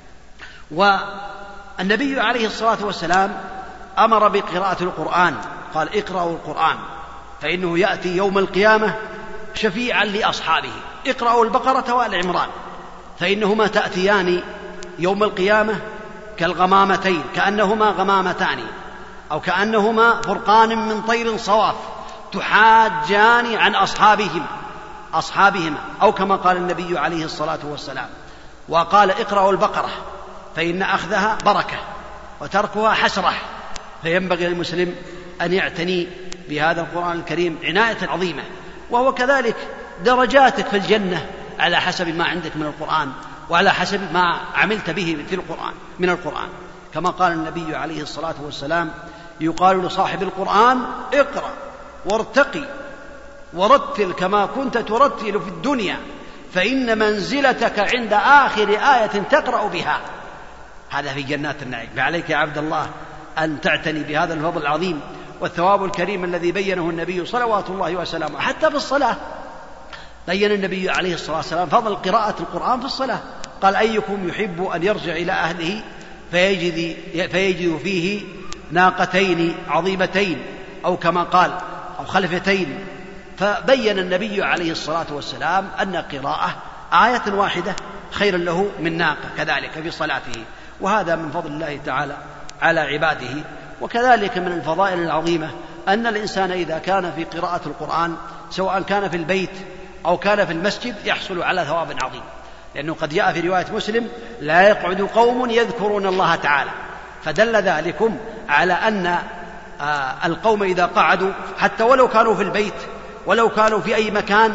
والنبي عليه الصلاة والسلام أمر بقراءة القرآن، قال: اقرأوا القرآن فإنه يأتي يوم القيامة شفيعا لأصحابه. اقرأوا البقرة وآل عمران فإنهما تأتيان يوم القيامة كالغمامتين، كأنهما غمامتان أو كأنهما فرقان من طير صواف، تحاجان عن أصحابهما، أو كما قال النبي عليه الصلاة والسلام. وقال: اقرأوا البقرة فإن أخذها بركة وتركها حسرة. فينبغي للمسلم أن يعتني بهذا القرآن الكريم عناية عظيمة، وهو كذلك درجاتك في الجنة على حسب ما عندك من القرآن وعلى حسب ما عملت به في القرآن من القرآن. كما قال النبي عليه الصلاة والسلام: يقال لصاحب القرآن: اقرأ وارتقي ورتل كما كنت ترتل في الدنيا، فإن منزلتك عند آخر آية تقرأ بها. هذا في جنات النعيم. فعليك يا عبد الله أن تعتني بهذا الفضل العظيم والثواب الكريم الذي بينه النبي صلوات الله وسلامه. حتى في الصلاة بين النبي عليه الصلاة والسلام فضل قراءة القرآن في الصلاة. قال: أيكم يحب أن يرجع إلى أهله فيجد فيه ناقتين عظيمتين أو كما قال أو خلفتين. فبين النبي عليه الصلاة والسلام أن قراءة آية واحدة خير له من ناقة كذلك في صلاته، وهذا من فضل الله تعالى على عباده. وكذلك من الفضائل العظيمة أن الإنسان إذا كان في قراءة القرآن سواء كان في البيت أو كان في المسجد يحصل على ثواب عظيم، لأنه قد جاء في رواية مسلم: لا يقعد قوم يذكرون الله تعالى، فدل ذلكم على أن القوم إذا قعدوا حتى ولو كانوا في البيت ولو كانوا في أي مكان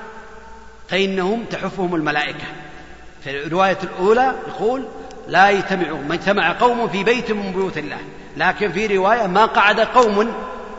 فإنهم تحفهم الملائكة. في الرواية الأولى يقول: لا يجتمع قوم في بيت من بيوت الله، لكن في رواية: ما قعد قوم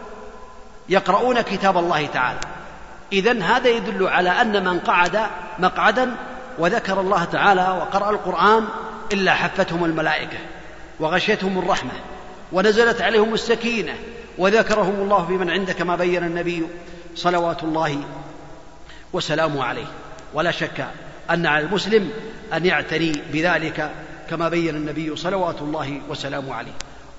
يقرؤون كتاب الله تعالى. إذن هذا يدل على أن من قعد مقعدا وذكر الله تعالى وقرأ القرآن إلا حفتهم الملائكة وغشيتهم الرحمة ونزلت عليهم السكينة وذكرهم الله بمن عنده، كما بين النبي صلوات الله وسلامه عليه. ولا شك أن على المسلم أن يعتني بذلك كما بين النبي صلوات الله وسلامه عليه.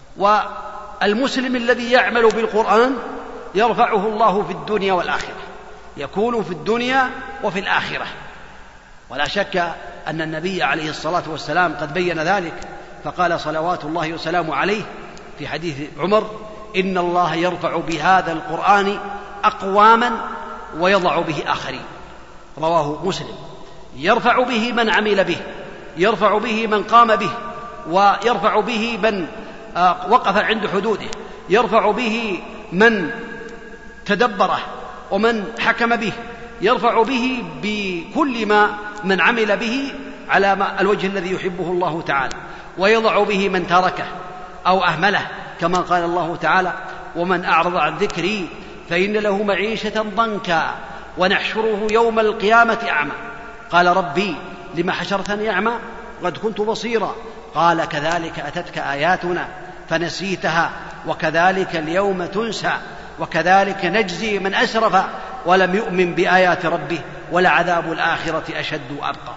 والمسلم الذي يعمل بالقرآن يرفعه الله في الدنيا والآخرة، يكون في الدنيا وفي الآخرة. ولا شك أن النبي عليه الصلاة والسلام قد بين ذلك، فقال صلوات الله وسلامه عليه في حديث عمر: إن الله يرفع بهذا القرآن أقواما ويضع به آخرين. رواه مسلم. يرفع به من عمل به، يرفع به من قام به، ويرفع به من وقف عند حدوده، يرفع به من تدبره ومن حكم به، يرفع به بكل ما من عمل به على الوجه الذي يحبه الله تعالى، ويضع به من تركه أو أهمله، كما قال الله تعالى: ومن أعرض عن ذكري فإن له معيشة ضنكا ونحشره يوم القيامة أعمى. قال: ربي لم حشرتني أعمى وقد كنت بصيرا. قال: كذلك أتتك آياتنا فنسيتها وكذلك اليوم تنسى وكذلك نجزي من أسرف ولم يؤمن بآيات ربه ولعذاب الآخرة أشد وأبقى.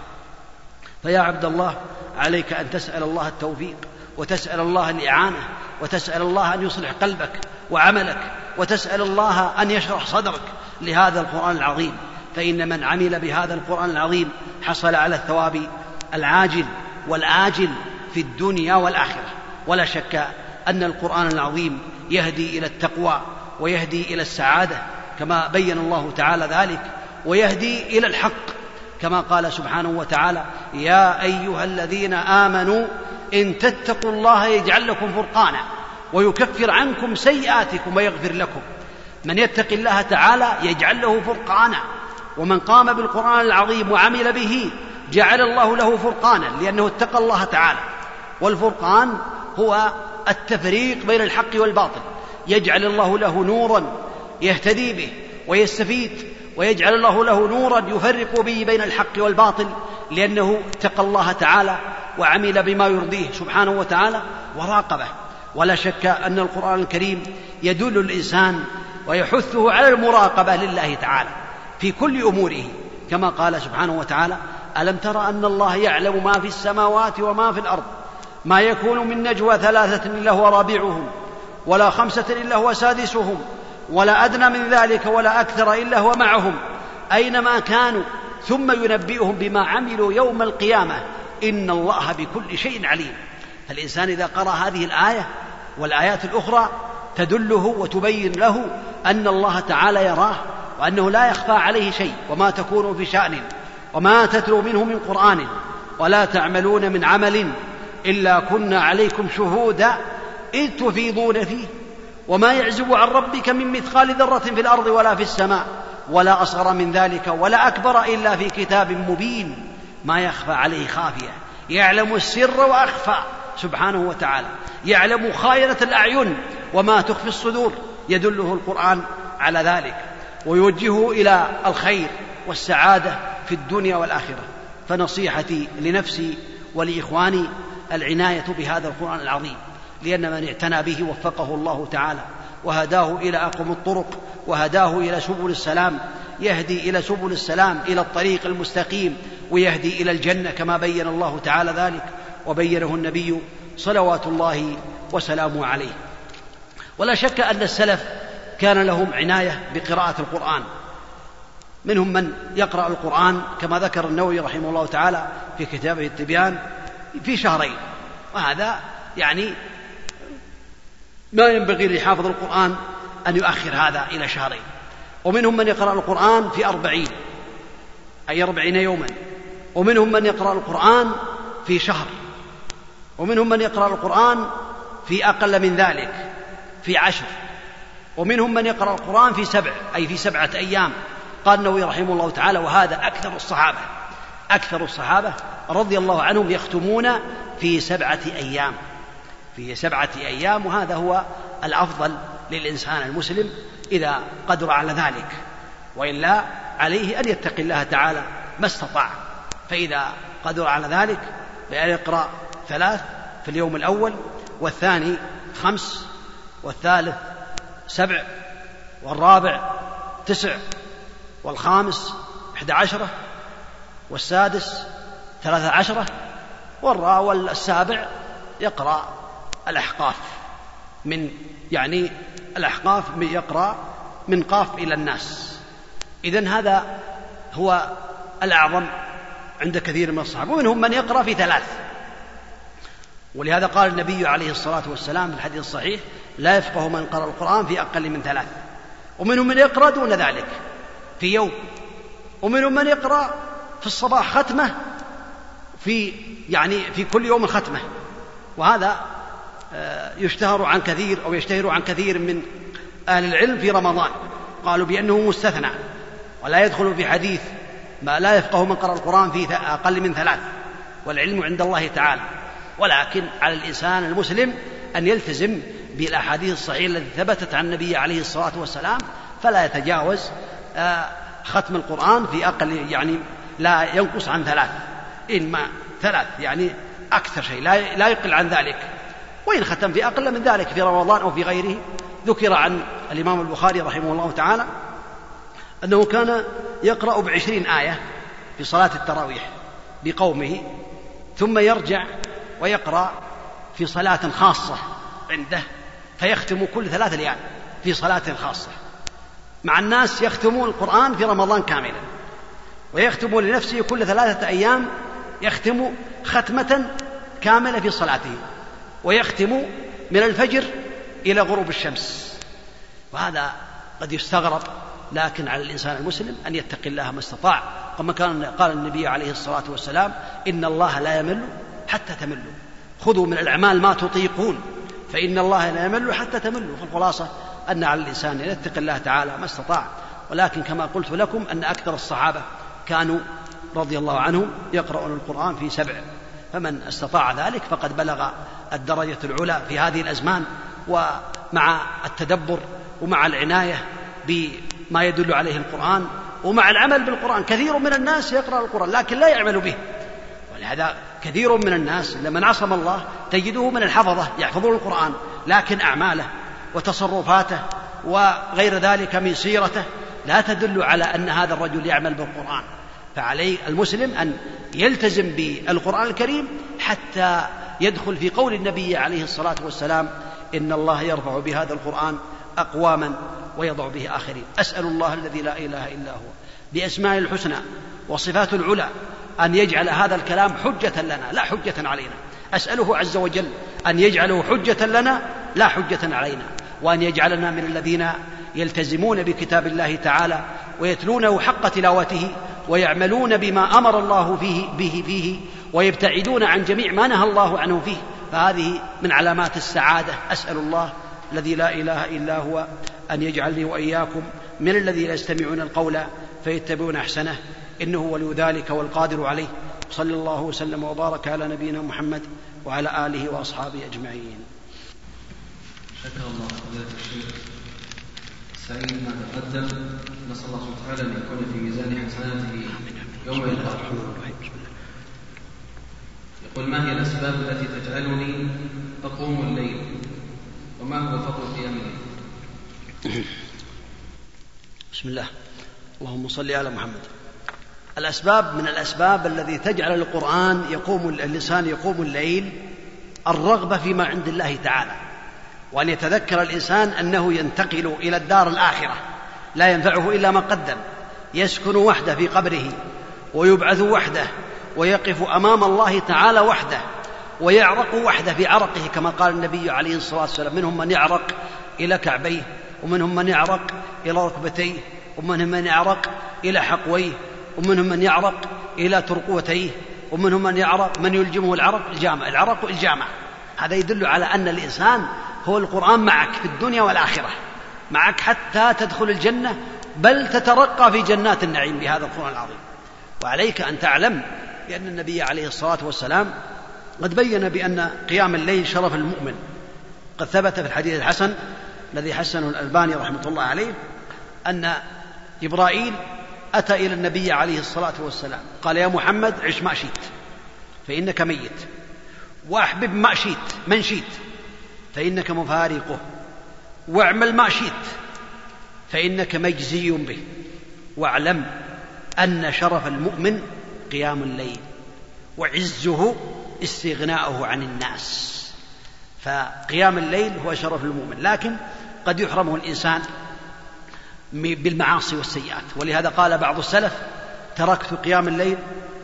فيا عبد الله، عليك أن تسأل الله التوفيق، وتسأل الله الإعانة، وتسأل الله أن يصلح قلبك وعملك، وتسأل الله أن يشرح صدرك لهذا القرآن العظيم، فإن من عمل بهذا القرآن العظيم حصل على الثواب العاجل والآجل في الدنيا والآخرة. ولا شك أن القرآن العظيم يهدي إلى التقوى ويهدي إلى السعادة كما بين الله تعالى ذلك، ويهدي إلى الحق كما قال سبحانه وتعالى: يا أيها الذين آمنوا إن تتقوا الله يجعل لكم فرقانا ويكفر عنكم سيئاتكم ويغفر لكم. من يتق الله تعالى يجعل له فرقانا، ومن قام بالقرآن العظيم وعمل به جعل الله له فرقانا، لأنه اتقى الله تعالى. والفرقان هو التفريق بين الحق والباطل، يجعل الله له نورا يهتدي به ويستفيد، ويجعل الله له نورا يفرق به بين الحق والباطل، لأنه اتقى الله تعالى وعمل بما يرضيه سبحانه وتعالى وراقبه. ولا شك أن القرآن الكريم يدل الإنسان ويحثه على المراقبة لله تعالى في كل أموره، كما قال سبحانه وتعالى: ألم تر أن الله يعلم ما في السماوات وما في الأرض، ما يكون من نجوى 3 إلا هو رابعهم ولا 5 إلا هو سادسهم ولا أدنى من ذلك ولا أكثر إلا هو معهم أينما كانوا ثم ينبئهم بما عملوا يوم القيامة إن الله بكل شيء عليم. فالإنسان إذا قرأ هذه الآية والآيات الأخرى تدله وتبين له أن الله تعالى يراه، وأنه لا يخفى عليه شيء، وما تكون في شأن وما تتلو منه من قرآن ولا تعملون من عمل إلا كنا عليكم شهودا إذ تفيضون فيه وما يعزب عن ربك من مثقال ذرة في الأرض ولا في السماء ولا أصغر من ذلك ولا أكبر إلا في كتاب مبين. ما يخفى عليه خافية، يعلم السر وأخفى سبحانه وتعالى، يعلم خائنة الأعين وما تخفي الصدور. يدله القرآن على ذلك ويوجهه إلى الخير والسعادة في الدنيا والآخرة. فنصيحتي لنفسي ولإخواني العناية بهذا القرآن العظيم، لأن من اعتنى به وفقه الله تعالى وهداه إلى أقوم الطرق وهداه إلى سبل السلام، يهدي إلى سبل السلام إلى الطريق المستقيم، ويهدي إلى الجنة كما بين الله تعالى ذلك وبينه النبي صلوات الله وسلامه عليه. ولا شك أن السلف كان لهم عناية بقراءة القرآن، منهم من يقرأ القرآن كما ذكر النووي رحمه الله تعالى في كتابه التبيان في شهرين، وهذا يعني ما ينبغي لحافظ القرآن أن يؤخر هذا إلى شهرين. ومنهم من يقرأ القرآن في 40 أي 40 يوما، ومنهم من يقرأ القرآن في شهر، ومنهم من يقرأ القرآن في أقل من ذلك في 10، ومنهم من يقرأ القرآن في 7 أي في 7 أيام. قال النووي رحمه الله تعالى: وهذا أكثر الصحابة رضي الله عنهم يختمون في 7 أيام، في 7 أيام، وهذا هو الأفضل للإنسان المسلم إذا قدر على ذلك، وإلا عليه أن يتقي الله تعالى ما استطاع. فإذا قدر على ذلك بأن يقرأ 3 في اليوم الأول، والثاني 5، والثالث 7، والرابع 9، والخامس 11، والسادس 13، والسابع يقرأ الأحقاف الأحقاف يقرأ من قاف إلى الناس. إذن هذا هو الأعظم عند كثير من الصحابة. ومنهم من يقرأ في 3، ولهذا قال النبي عليه الصلاة والسلام في الحديث الصحيح: لا يفقه من قرأ القرآن في أقل من 3. ومنهم من يقرأ دون ذلك في يوم، ومنهم من يقرأ في الصباح ختمة في كل يوم ختمة. وهذا يشتهر عن كثير من أهل العلم في رمضان، قالوا بأنه مستثنى ولا يدخل في حديث ما لا يفقه من قرأ القرآن في أقل من 3، والعلم عند الله تعالى. ولكن على الإنسان المسلم أن يلتزم بالأحاديث الصحيحة التي ثبتت عن النبي عليه الصلاة والسلام، فلا يتجاوز ختم القرآن في أقل لا ينقص عن 3، إنما 3 أكثر شيء، لا يقل عن ذلك. وإن ختم في أقل من ذلك في رمضان أو في غيره، ذكر عن الإمام البخاري رحمه الله تعالى أنه كان يقرأ ب20 آية في صلاة التراويح بقومه، ثم يرجع ويقرأ في صلاة خاصة عنده، فيختم كل 3 ليال في صلاة خاصة مع الناس. يختمون القرآن في رمضان كاملا، ويختم لنفسه كل 3 أيام يختم ختمة كاملة في صلاته، ويختم من الفجر إلى غروب الشمس. وهذا قد يستغرب، لكن على الإنسان المسلم أن يتقي الله ما استطاع. كما قال النبي عليه الصلاة والسلام: إن الله لا يمل حتى تملوا، خذوا من الأعمال ما تطيقون فإن الله لا يمل حتى تملوا. فالخلاصة أن على الإنسان أن يتقي الله تعالى ما استطاع. ولكن كما قلت لكم أن أكثر الصحابة كانوا رضي الله عنهم يقرؤون القرآن في 7، فمن استطاع ذلك فقد بلغ الدرجة العلى في هذه الأزمان. ومع التدبر ومع العناية بما يدل عليه القرآن ومع العمل بالقرآن، كثير من الناس يقرأ القرآن لكن لا يعمل به، ولهذا كثير من الناس لمن عصم الله تجده من الحفظة يحفظون القرآن، لكن أعماله وتصرفاته وغير ذلك من سيرته لا تدل على أن هذا الرجل يعمل بالقرآن. فعليه المسلم أن يلتزم بالقرآن الكريم حتى يدخل في قول النبي عليه الصلاة والسلام: إن الله يرفع بهذا القرآن أقواما ويضع به آخرين. أسأل الله الذي لا إله إلا هو بأسماء الحسنى وصفات العلى أن يجعل هذا الكلام حجة لنا لا حجة علينا. أسأله عز وجل أن يجعله حجة لنا لا حجة علينا، وأن يجعلنا من الذين يلتزمون بكتاب الله تعالى ويتلونه حق تلاوته ويعملون بما أمر الله به ويبتعدون عن جميع ما نهى الله عنه فيه، فهذه من علامات السعادة. أسأل الله الذي لا إله إلا هو أن يجعلني وإياكم من الذين يستمعون القول فيتبعون أحسنه، إنه ولي ذلك والقادر عليه. صلى الله وسلم وبارك على نبينا محمد وعلى آله وأصحابه أجمعين. شكر الله فضيلة الشيخ سعيد ما تقدم، نسأل الله سبحانه وتعالى أن يكون في ميزان حسناته يوم القيامة. يقول: ما هي الأسباب التي تجعلني أقوم الليل، وما هو فضل قيام الليل؟ بسم الله، اللهم صل على محمد. الأسباب من الأسباب التي تجعل القرآن الإنسان يقوم الليل الرغبة فيما عند الله تعالى، وأن يتذكر الإنسان أنه ينتقل إلى الدار الآخرة لا ينفعه إلا ما قدم، يسكن وحده في قبره ويبعث وحده ويقف أمام الله تعالى وحده ويعرق وحده في عرقه، كما قال النبي عليه الصلاة والسلام: منهم من يعرق إلى كعبيه، ومنهم من يعرق إلى ركبتيه، ومنهم من يعرق إلى حقويه، ومنهم من يعرق إلى ترقوتيه، ومنهم من يعرق من يلجمه العرق الجامع. هذا يدل على أن الإنسان هو القرآن معك في الدنيا والآخرة، معك حتى تدخل الجنة، بل تترقى في جنات النعيم بهذا القرآن العظيم. وعليك أن تعلم بأن النبي عليه الصلاة والسلام قد بين بأن قيام الليل شرف المؤمن. قد ثبت في الحديث الحسن الذي حسنه الألباني رحمة الله عليه أن جبرائيل أتى إلى النبي عليه الصلاة والسلام قال: يا محمد، عش ما شئت فإنك ميت، وأحبب ما شئت من شئت فإنك مفارقه، واعمل ما شئت فإنك مجزي به، واعلم أن شرف المؤمن قيام الليل، وعزه استغناؤه عن الناس. فقيام الليل هو شرف المؤمن، لكن قد يحرمه الإنسان بالمعاصي والسيئات. ولهذا قال بعض السلف: تركت قيام الليل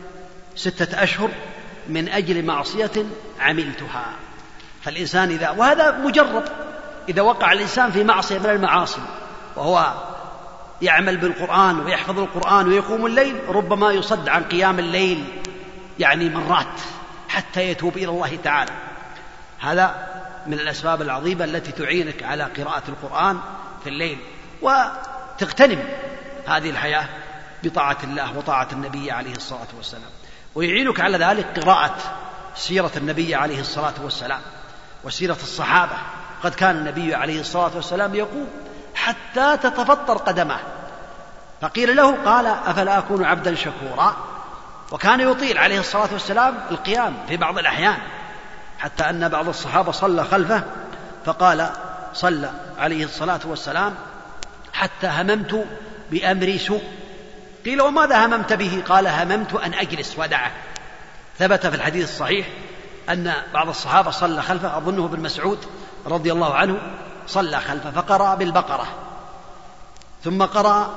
6 أشهر من أجل معصية عملتها. فالإنسان وهذا مجرب، إذا وقع الإنسان في معصية من المعاصي وهو يعمل بالقرآن ويحفظ القرآن ويقوم الليل، ربما يصد عن قيام الليل مرات حتى يتوب إلى الله تعالى. هذا من الأسباب العظيمة التي تعينك على قراءة القرآن في الليل، وتغتنم هذه الحياة بطاعة الله وطاعة النبي عليه الصلاة والسلام. ويعينك على ذلك قراءة سيرة النبي عليه الصلاة والسلام وسيرة الصحابة. قد كان النبي عليه الصلاة والسلام يقوم حتى تتفطر قدمه، فقيل له قال: أفلا أكون عبدا شكورا؟ وكان يطيل عليه الصلاة والسلام القيام في بعض الأحيان، حتى أن بعض الصحابة صلى خلفه فقال صلى عليه الصلاة والسلام: حتى هممت بأمر سوء. قيل: وماذا هممت به؟ قال: هممت أن أجلس ودعه. ثبت في الحديث الصحيح أن بعض الصحابة صلى خلفه، أظنه بن مسعود رضي الله عنه، صلى خلفه فقرأ بالبقرة، ثم قرأ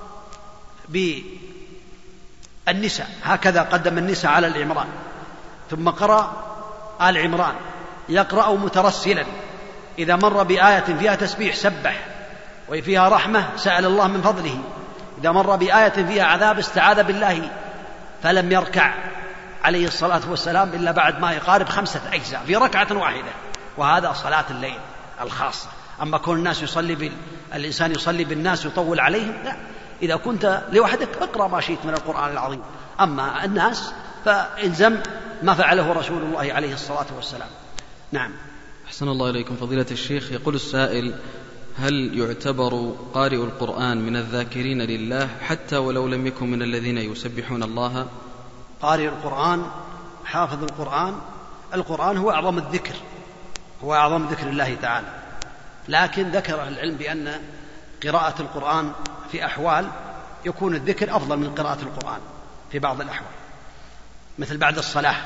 بالنساء، هكذا قدم النساء على العمران، ثم قرأ آل عمران، يقرأ مترسلا، إذا مر بآية فيها تسبيح سبح، وفيها رحمة سأل الله من فضله، إذا مر بآية فيها عذاب استعاذ بالله، فلم يركع عليه الصلاة والسلام إلا بعد ما يقارب 5 أجزاء في ركعة واحدة. وهذا صلاة الليل الخاصة. أما كون الإنسان يصلي بالناس يطول عليهم، لا، إذا كنت لوحدك اقرأ ما شئت من القرآن العظيم، أما الناس فإلزم ما فعله رسول الله عليه الصلاة والسلام. نعم. أحسن الله إليكم فضيلة الشيخ. يقول السائل: هل يعتبر قارئ القرآن من الذاكرين لله حتى ولو لم يكن من الذين يسبحون الله؟ قارئ القرآن، حافظ القرآن، القرآن هو أعظم الذكر، هو أعظم ذكر الله تعالى، لكن ذكر العلم بأن قراءة القرآن في أحوال يكون الذكر أفضل من قراءة القرآن في بعض الأحوال، مثل بعد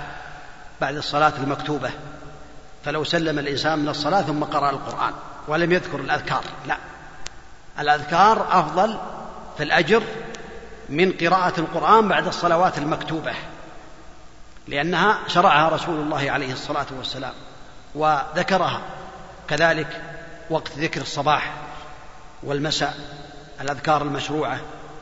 الصلاة المكتوبة، فلو سلم الإنسان من الصلاة ثم قرأ القرآن ولم يذكر الأذكار، لا، الأذكار أفضل في الأجر من قراءة القرآن بعد الصلوات المكتوبة، لأنها شرعها رسول الله عليه الصلاة والسلام وذكرها. كذلك وقت ذكر الصباح والمساء، الأذكار المشروعة،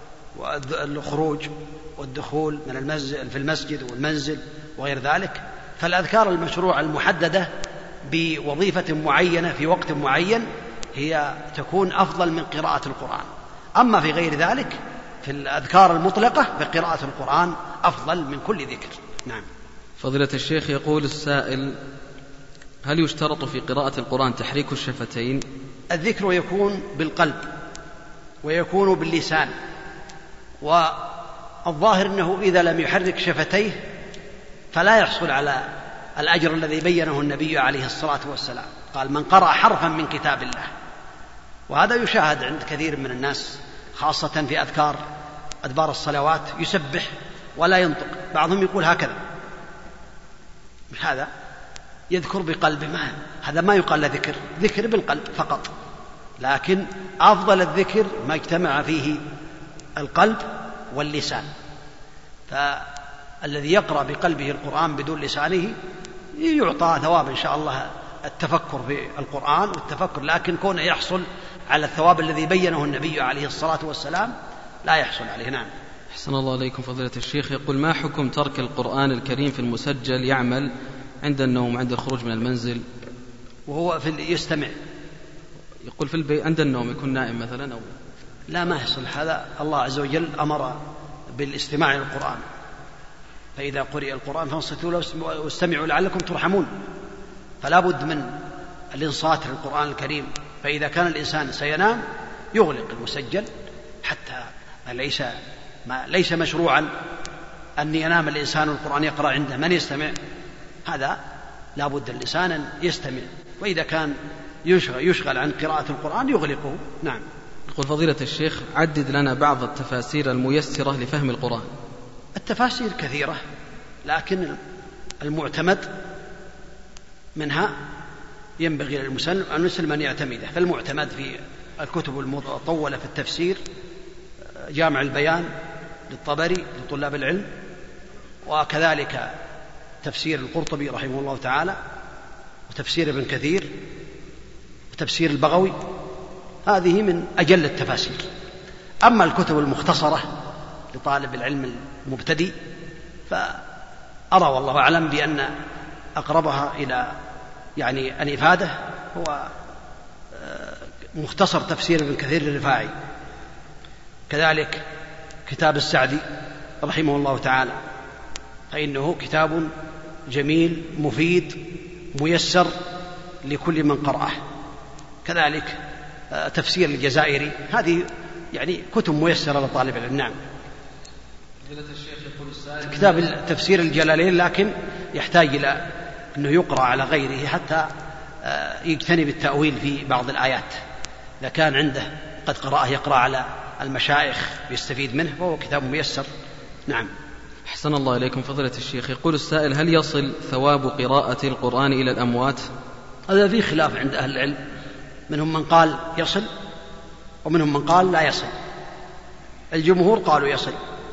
والخروج والدخول في المسجد والمنزل وغير ذلك، فالأذكار المشروعة المحددة بوظيفة معينة في وقت معين هي تكون أفضل من قراءة القرآن. أما في غير ذلك في الأذكار المطلقة فقراءة القرآن أفضل من كل ذكر. نعم. فضيلة الشيخ، يقول السائل: هل يشترط في قراءة القرآن تحريك الشفتين؟ الذكر يكون بالقلب ويكون باللسان، والظاهر أنه إذا لم يحرك شفتيه فلا يحصل على الأجر الذي بينه النبي عليه الصلاة والسلام، قال: من قرأ حرفا من كتاب الله. وهذا يشاهد عند كثير من الناس، خاصة في أذكار أدبار الصلوات، يسبح ولا ينطق، بعضهم يقول هكذا، هذا يذكر بقلبه، هذا ما يقال له ذكر بالقلب فقط، لكن أفضل الذكر ما اجتمع فيه القلب واللسان. فالذي يقرأ بقلبه القرآن بدون لسانه يعطى ثواب إن شاء الله التفكر في القرآن والتفكر، لكن كونه يحصل على الثواب الذي بينه النبي عليه الصلاة والسلام لا يحصل عليه. نعم. أحسن الله عليكم فضيلة الشيخ. يقول: ما حكم ترك القرآن الكريم في المسجل يعمل عند النوم، عند الخروج من المنزل، وهو يستمع؟ يقول في البيت عند النوم يكون نائم مثلا أو لا، ما يحصل هذا. الله عز وجل أمر بالاستماع للقرآن، فإذا قرئ القرآن فانصتوا له واستمعوا لعلكم ترحمون، فلا بد من الإنصات للقرآن الكريم. فإذا كان الإنسان سينام يغلق المسجل، حتى ليس مشروعا أن ينام الإنسان والقرآن يقرأ عنده من يستمع، هذا لا بد الإنسان أن يستمع، وإذا كان يشغل عن قراءة القرآن يغلقه. نعم. يقول: فضيلة الشيخ، عدد لنا بعض التفاسير الميسرة لفهم القرآن. التفاسير كثيرة، لكن المعتمد منها ينبغي للمسلم أن يعتمده. فالمعتمد في الكتب المطولة في التفسير جامع البيان للطبري لطلاب العلم، وكذلك تفسير القرطبي رحمه الله تعالى، وتفسير ابن كثير، وتفسير البغوي، هذه من أجل التفاسير. أما الكتب المختصرة لطالب العلم المبتدئ فأرى والله أعلم بأن أقربها إلى الإفادة هو مختصر تفسير ابن كثير الرفاعي، كذلك كتاب السعدي رحمه الله تعالى، فإنه كتاب جميل مفيد ميسر لكل من قرأه. كذلك تفسير الجزائري، هذه كتب ميسرة لطالب العلم. نعم. كتاب تفسير الجلالين لكن يحتاج إلى أنه يقرأ على غيره حتى يجتنب التأويل في بعض الآيات. إذا كان عنده قد قرأه يقرأ على المشايخ يستفيد منه، فهو كتاب ميسر. نعم. أحسن الله إليكم فضيلة الشيخ. يقول السائل: هل يصل ثواب قراءة القرآن إلى الأموات؟ هذا فيه خلاف عند أهل العلم، منهم من قال يصل ومنهم من قال لا يصل. الجمهور قالوا يصل،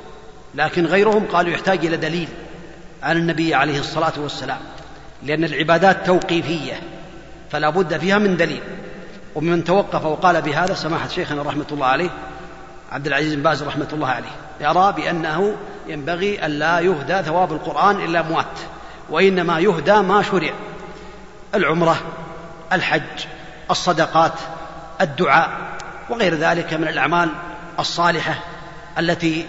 لكن غيرهم قالوا يحتاج إلى دليل عن النبي عليه الصلاة والسلام، لأن العبادات توقيفية فلا بد فيها من دليل. ومن توقف وقال بهذا سماحة شيخنا رحمة الله عليه عبد العزيز بن باز رحمة الله عليه، يرى بأنه ينبغي أن لا يهدى ثواب القرآن إلا أموات، وإنما يهدى ما شرع: العمرة، الحج، الصدقات، الدعاء، وغير ذلك من الأعمال الصالحة التي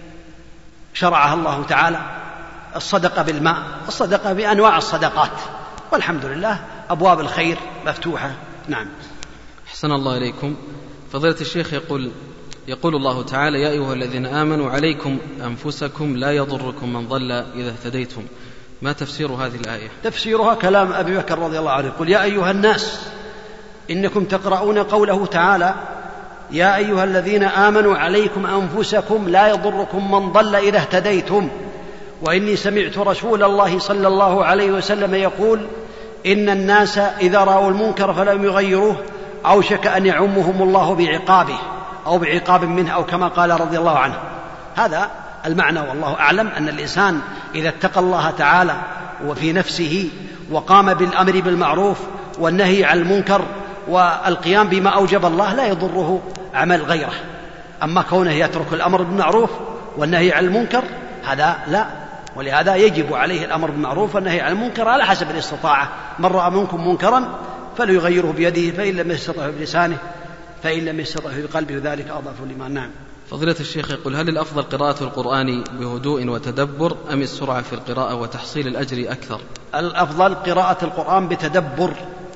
شرعها الله تعالى. الصدقة بالماء، الصدقة بأنواع الصدقات، والحمد لله أبواب الخير مفتوحة. نعم. أحسن الله إليكم فضيلة الشيخ. يقول الله تعالى: يا أيها الذين آمنوا عليكم أنفسكم لا يضركم من ضل إذا اهتديتم. ما تفسير هذه الآية؟ تفسيرها كلام أبي بكر رضي الله عنه، يقول: يا أيها الناس إنكم تقرؤون قوله تعالى: يا أيها الذين آمنوا عليكم أنفسكم لا يضركم من ضل إذا اهتديتم. وإني سمعت رسول الله صلى الله عليه وسلم يقول: إن الناس إذا رأوا المنكر فلم يغيروه أوشك أن يعمهم الله بعقابه أو بعقاب منه، أو كما قال رضي الله عنه. هذا المعنى والله أعلم، أن الإنسان إذا اتقى الله تعالى وفي نفسه وقام بالأمر بالمعروف والنهي عن المنكر والقيام بما أوجب الله لا يضره عمل غيره. أما كونه يترك الأمر بالمعروف والنهي عن المنكر هذا لا، ولهذا يجب عليه الأمر بالمعروف والنهي عن المنكر على حسب الاستطاعة. من رأى منكم منكرا فليغيره بيده، فإن لم يستطع بلسانه، فإن لم يستطع بقلبه، ذلك أضعف الإيمان. نعم. فضيلة الشيخ يقول: هل الأفضل قراءة القرآن بهدوء وتدبر أم السرعة في القراءة وتحصيل الأجر أكثر؟ الأفضل قراءة القرآن بتدبر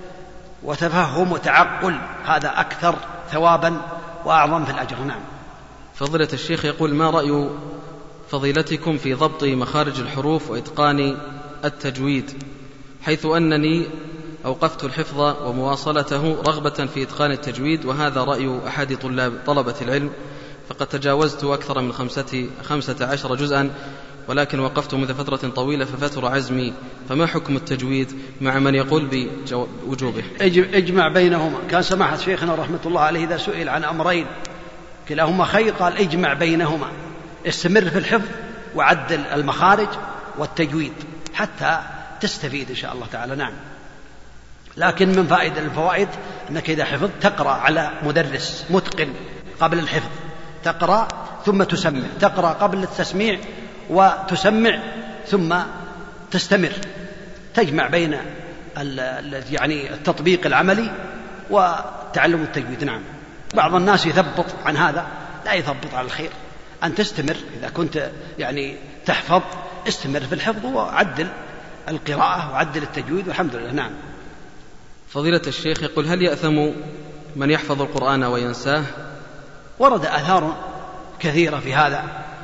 وتفهم وتعقل، هذا أكثر ثوابا وأعظم في الأجر. نعم. فضيلة الشيخ يقول: ما رأي فضيلتكم في ضبط مخارج الحروف وإتقان التجويد، حيث أنني أوقفت الحفظ ومواصلته رغبة في إتقان التجويد، وهذا رأي أحد طلبة العلم، فقد تجاوزت أكثر من 15 جزءا ولكن وقفت منذ فترة طويلة ففتر عزمي، فما حكم التجويد مع من يقول بوجوبه؟ اجمع بينهما. كان سماحة شيخنا رحمة الله عليه إذا سئل عن أمرين كلاهما خير قال اجمع بينهما، استمر في الحفظ وعدل المخارج والتجويد حتى تستفيد إن شاء الله تعالى. نعم. لكن من فائدة الفوائد أنك إذا حفظت تقرأ على مدرس متقن قبل الحفظ، تقرأ ثم تسمع، تقرأ قبل التسميع وتسمع ثم تستمر، تجمع بين يعني التطبيق العملي وتعلم التجويد. نعم. بعض الناس يثبط عن هذا، لا يثبط على الخير، أن تستمر إذا كنت يعني تحفظ، استمر في الحفظ وعدل القراءة وعدل التجويد والحمد لله. نعم. فضيلة الشيخ يقول: هل يأثم من يحفظ القرآن وينساه؟ ورد آثار كثيرة في هذا،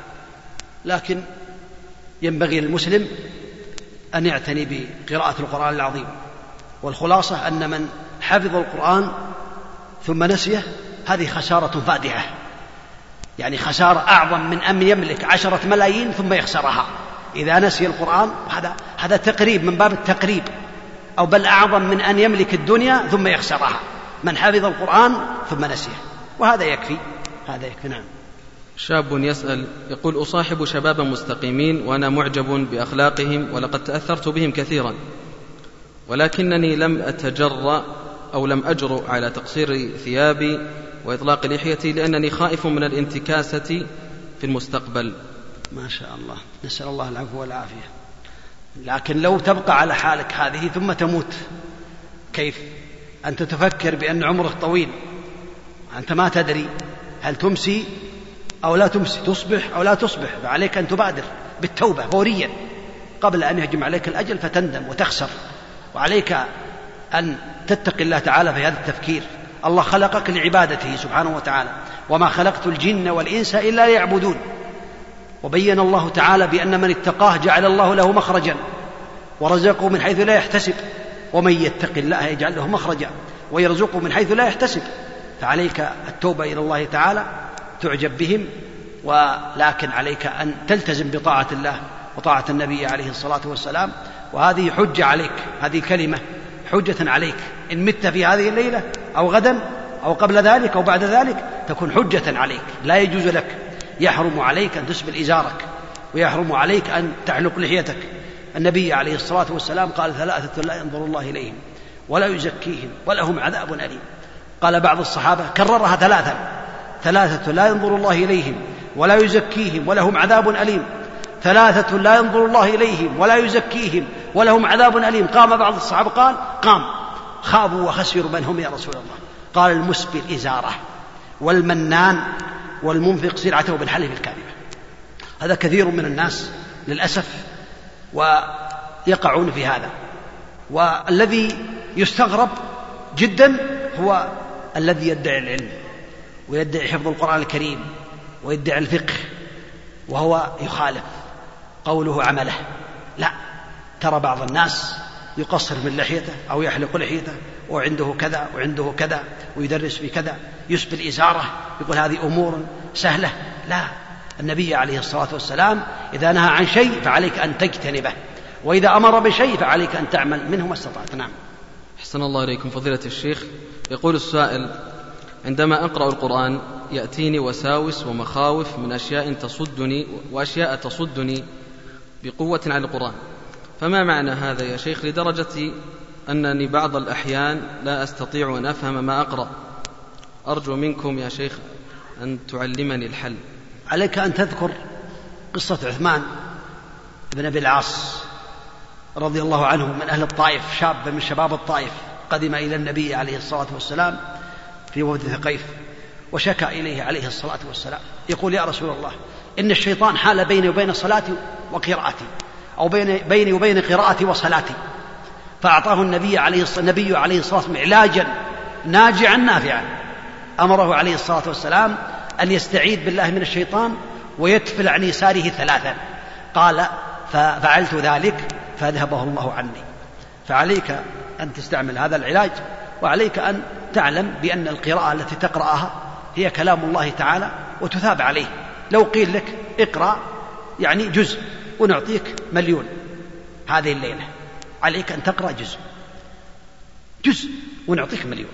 لكن ينبغي للمسلم أن يعتني بقراءة القرآن العظيم، والخلاصة أن من حفظ القرآن ثم نسيه هذه خسارة فادحة، يعني خسارة أعظم من أن يملك 10 ملايين ثم يخسرها إذا نسي القرآن. هذا تقريب من باب التقريب، أو بل أعظم من أن يملك الدنيا ثم يخسرها من حفظ القرآن ثم نسيه، وهذا يكفي. هذا يكفي. نعم. شاب يسأل يقول: أصاحب شبابا مستقيمين وأنا معجب بأخلاقهم ولقد تأثرت بهم كثيرا، ولكنني لم أتجرأ أو لم أجرؤ على تقصير ثيابي وإطلاق لحيتي لأنني خائف من الانتكاسة في المستقبل. ما شاء الله، نسأل الله العفو والعافية. لكن لو تبقى على حالك هذه ثم تموت كيف؟ أنت تفكر بأن عمرك طويل، أنت ما تدري هل تمسي أو لا تمسي، تصبح أو لا تصبح، فعليك أن تبادر بالتوبة فوريا قبل أن يهجم عليك الأجل فتندم وتخسر. وعليك أن تتقي الله تعالى في هذا التفكير. الله خلقك لعبادته سبحانه وتعالى، وما خلقت الجن والإنس إلا ليعبدون. وبين الله تعالى بأن من اتقاه جعل الله له مخرجا ورزقه من حيث لا يحتسب، ومن يتق الله يجعل له مخرجا ويرزقه من حيث لا يحتسب. فعليك التوبة إلى الله تعالى، تعجب بهم، ولكن عليك أن تلتزم بطاعة الله وطاعة النبي عليه الصلاة والسلام. وهذه حجة عليك، هذه كلمة حجة عليك، إن مت في هذه الليلة أو غدا أو قبل ذلك أو بعد ذلك تكون حجة عليك. لا يجوز لك، يحرم عليك أن تسبل إزارك، ويحرم عليك أن تحلق لحيتك. النبي عليه الصلاة والسلام قال: 3 لا ينظر الله إليهم ولا يزكيهم ولهم عذاب أليم. قال بعض الصحابة كررها 3 لا ينظر الله إليهم ولا يزكيهم ولهم عذاب أليم. 3 لا ينظر الله إليهم ولا يزكيهم ولهم عذاب أليم. قام بعض الصحابة قام خابوا وخسروا من هم يا رسول الله؟ قال: المسبل إزاره، والمنان، والمنفق سلعته بالحلف الكاذبة. هذا كثير من الناس للأسف ويقعون في هذا. والذي يستغرب جدا هو الذي يدعي العلم ويدعي حفظ القرآن الكريم ويدعي الفقه وهو يخالف قوله عمله. لا، ترى بعض الناس يقصر من لحيته أو يحلق لحيته وعنده كذا وعنده كذا ويدرس في كذا، يسبل إزاره، يقول هذه أمور سهلة. لا، النبي عليه الصلاة والسلام إذا نهى عن شيء فعليك أن تجتنبه، وإذا أمر بشيء فعليك أن تعمل منه ما استطعت. نعم. أحسن الله إليكم فضيلة الشيخ. يقول السائل: عندما أقرأ القرآن يأتيني وساوس ومخاوف من أشياء تصدني بقوة عن القرآن، فما معنى هذا يا شيخ؟ لدرجة أنني بعض الأحيان لا أستطيع أن أفهم ما أقرأ. أرجو منكم يا شيخ أن تعلمني الحل. عليك أن تذكر قصة عثمان بن أبي العاص رضي الله عنه من أهل الطائف، شاب من شباب الطائف، قدم إلى النبي عليه الصلاة والسلام في وفد ثقيف وشكى إليه عليه الصلاة والسلام يقول: يا رسول الله، إن الشيطان حال بيني وبين صلاتي وقراءتي، أو بيني وبين قراءتي وصلاتي. فأعطاه النبي عليه الصلاة والسلام علاجا ناجعا نافعا. أمره عليه الصلاة والسلام أن يستعيذ بالله من الشيطان ويتفل عن يساره 3. قال: ففعلت ذلك فأذهبه الله عني. فعليك أن تستعمل هذا العلاج، وعليك أن تعلم بأن القراءة التي تقرأها هي كلام الله تعالى وتثاب عليه. لو قيل لك اقرأ يعني جزء ونعطيك 1,000,000 هذه الليلة، عليك أن تقرأ جزء ونعطيك 1,000,000.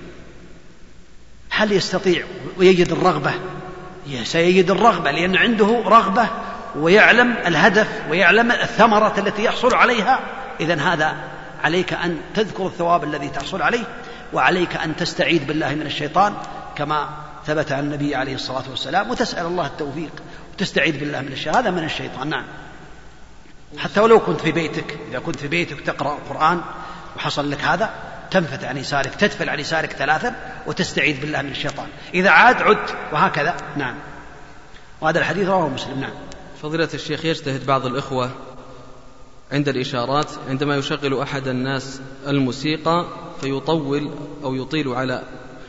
هل يستطيع ويجد الرغبة؟ سيجد الرغبة، لأن عنده رغبة ويعلم الهدف ويعلم الثمرة التي يحصل عليها. إذن هذا عليك أن تذكر الثواب الذي تحصل عليه، وعليك أن تستعيذ بالله من الشيطان كما ثبت عن النبي عليه الصلاة والسلام، وتسأل الله التوفيق وتستعيذ بالله من الشيطان. هذا من الشيطان. نعم. حتى ولو كنت في بيتك، إذا كنت في بيتك تقرأ القرآن وحصل لك هذا، تنفت عن يسارك، تدفل عن يسارك 3 وتستعيذ بالله من الشيطان. إذا عدت وهكذا. نعم. وهذا الحديث رواه مسلم. نعم. فضيلة الشيخ، يجتهد بعض الإخوة عند الإشارات عندما يشغل أحد الناس الموسيقى فيطول أو يطيل على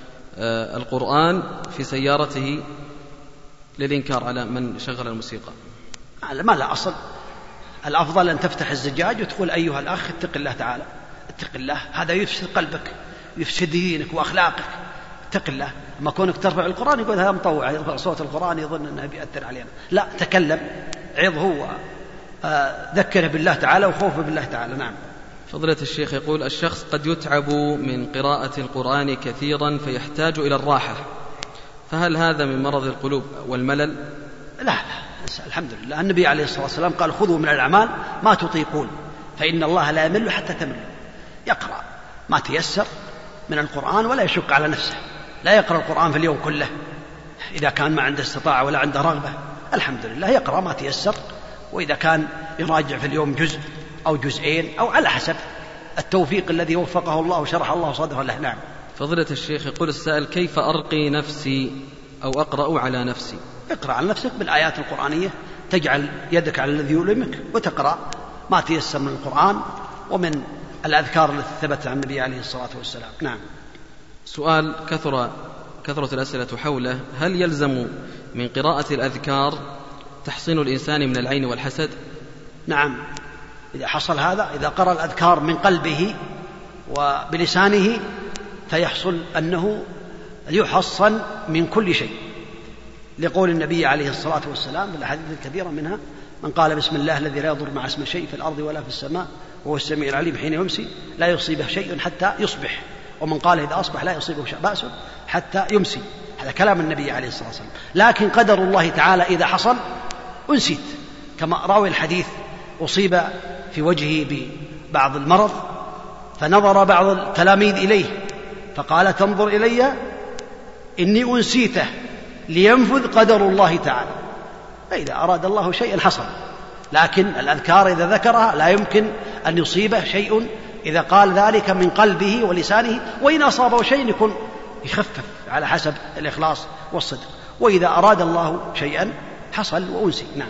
القرآن في سيارته للإنكار على من شغل الموسيقى. ما لا أصل. الأفضل أن تفتح الزجاج وتقول أيها الأخ اتق الله تعالى، اتق الله، هذا يفسد قلبك، يفسد دينك وأخلاقك، اتق الله. ما كونك ترفع القرآن يقول هذا مطوع، يرفع صوت القرآن يظن أنه بيأثر علينا. لا، تكلم، عظه وذكره بالله تعالى وخوفه بالله تعالى. نعم. فضيلة الشيخ، يقول الشخص قد يتعب من قراءة القرآن كثيرا فيحتاج إلى الراحة، فهل هذا من مرض القلوب والملل؟ لا، الحمد لله. النبي عليه الصلاة والسلام قال خذوا من الأعمال ما تطيقون فإن الله لا يمل حتى تمل. يقرأ ما تيسر من القرآن ولا يشق على نفسه، لا يقرأ القرآن في اليوم كله إذا كان ما عنده استطاعة ولا عنده رغبة. الحمد لله، يقرأ ما تيسر، وإذا كان يراجع في اليوم جزء أو جزئين أو على حسب التوفيق الذي وفقه الله وشرح الله صدره له. نعم. فضيلة الشيخ، يقول السائل كيف أرقي نفسي أو أقرأ على نفسي؟ اقرأ على نفسك بالآيات القرآنية، تجعل يدك على الذي يؤلمك وتقرأ ما تيسر من القرآن ومن الأذكار التي ثبت عن النبي عليه الصلاة والسلام. نعم. سؤال كثرة الأسئلة حوله: هل يلزم من قراءة الأذكار تحصين الإنسان من العين والحسد؟ نعم، إذا حصل هذا، إذا قرأ الأذكار من قلبه وبلسانه فيحصل أنه يحصن من كل شيء، لقول النبي عليه الصلاة والسلام في الأحاديث الكثيرة منها: من قال بسم الله الذي لا يضر مع اسم شيء في الأرض ولا في السماء وهو السميع العليم حين يمسي لا يصيبه شيء حتى يصبح، ومن قال إذا أصبح لا يصيبه بأس حتى يمسي. هذا كلام النبي عليه الصلاة والسلام. لكن قدر الله تعالى إذا حصل أنسيت، كما راوي الحديث أصيب في وجهه ببعض المرض فنظر بعض التلاميذ إليه فقال: تنظر إلي إني أنسيته لينفذ قدر الله تعالى. فإذا أراد الله شيئا حصل، لكن الأذكار إذا ذكرها لا يمكن أن يصيبه شيء إذا قال ذلك من قلبه ولسانه، وإن أصابه شيء يكون يخفف على حسب الإخلاص والصدق، وإذا أراد الله شيئا حصل وأنسي. نعم.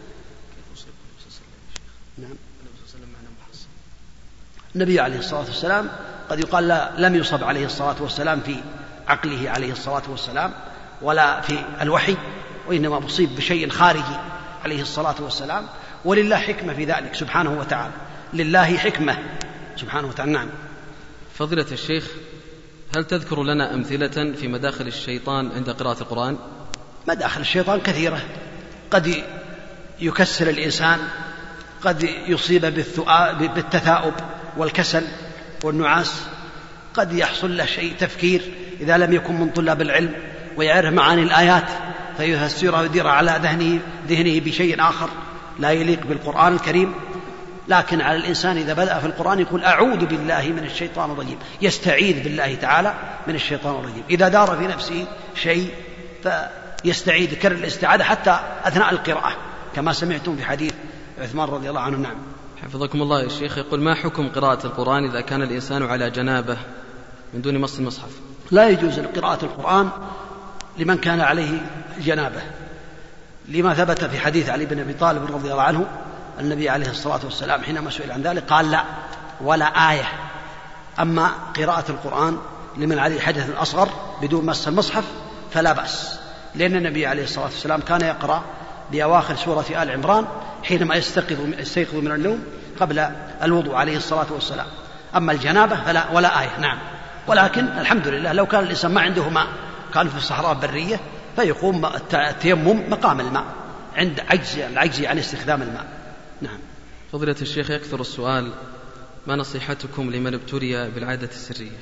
النبي عليه الصلاة والسلام قد يقال لم يصب عليه الصلاة والسلام في عقله عليه الصلاة والسلام ولا في الوحي، وإنما أصيب بشيء خارجي عليه الصلاة والسلام، ولله حكمة في ذلك سبحانه وتعالى، لله حكمة سبحانه وتعالى. نعم. فضيلة الشيخ، هل تذكر لنا أمثلة في مداخل الشيطان عند قراءة القرآن؟ مداخل الشيطان كثيرة، قد يكسر الإنسان، قد يصيب بالتثاؤب والكسل والنعاس، قد يحصل له شيء تفكير إذا لم يكن من طلاب العلم ويعرف معاني الآيات فيفسرها ويدير على ذهنه بشيء آخر لا يليق بالقرآن الكريم. لكن على الإنسان إذا بدأ في القرآن يقول أعوذ بالله من الشيطان الرجيم، يستعيذ بالله تعالى من الشيطان الرجيم. إذا دار في نفسه شيء فيستعيذ كر الاستعاذة حتى أثناء القراءة كما سمعتم في حديث عثمان رضي الله عنه. نعم. حفظكم الله يا شيخ، يقول: ما حكم قراءة القرآن إذا كان الإنسان على جنابه من دون مس المصحف؟ لا يجوز قراءة القرآن لمن كان عليه جنابه، لما ثبت في حديث علي بن أبي طالب رضي الله عنه النبي عليه الصلاة والسلام حينما سئل عن ذلك قال: لا ولا آية. أما قراءة القرآن لمن عليه حدث أصغر بدون مس المصحف فلا بأس، لأن النبي عليه الصلاة والسلام كان يقرأ بأواخر سورة آل عمران حينما يستيقظ من النوم قبل الوضوء عليه الصلاة والسلام. أما الجنابة فلا ولا آية. نعم. ولكن الحمد لله لو كان الإنسان ما عنده ماء، كان في الصحراء البرية، فيقوم التيمم مقام الماء عند العجز عن استخدام الماء. نعم. فضيلة الشيخ، يكثر السؤال: ما نصيحتكم لمن ابتلي بالعادة السرية؟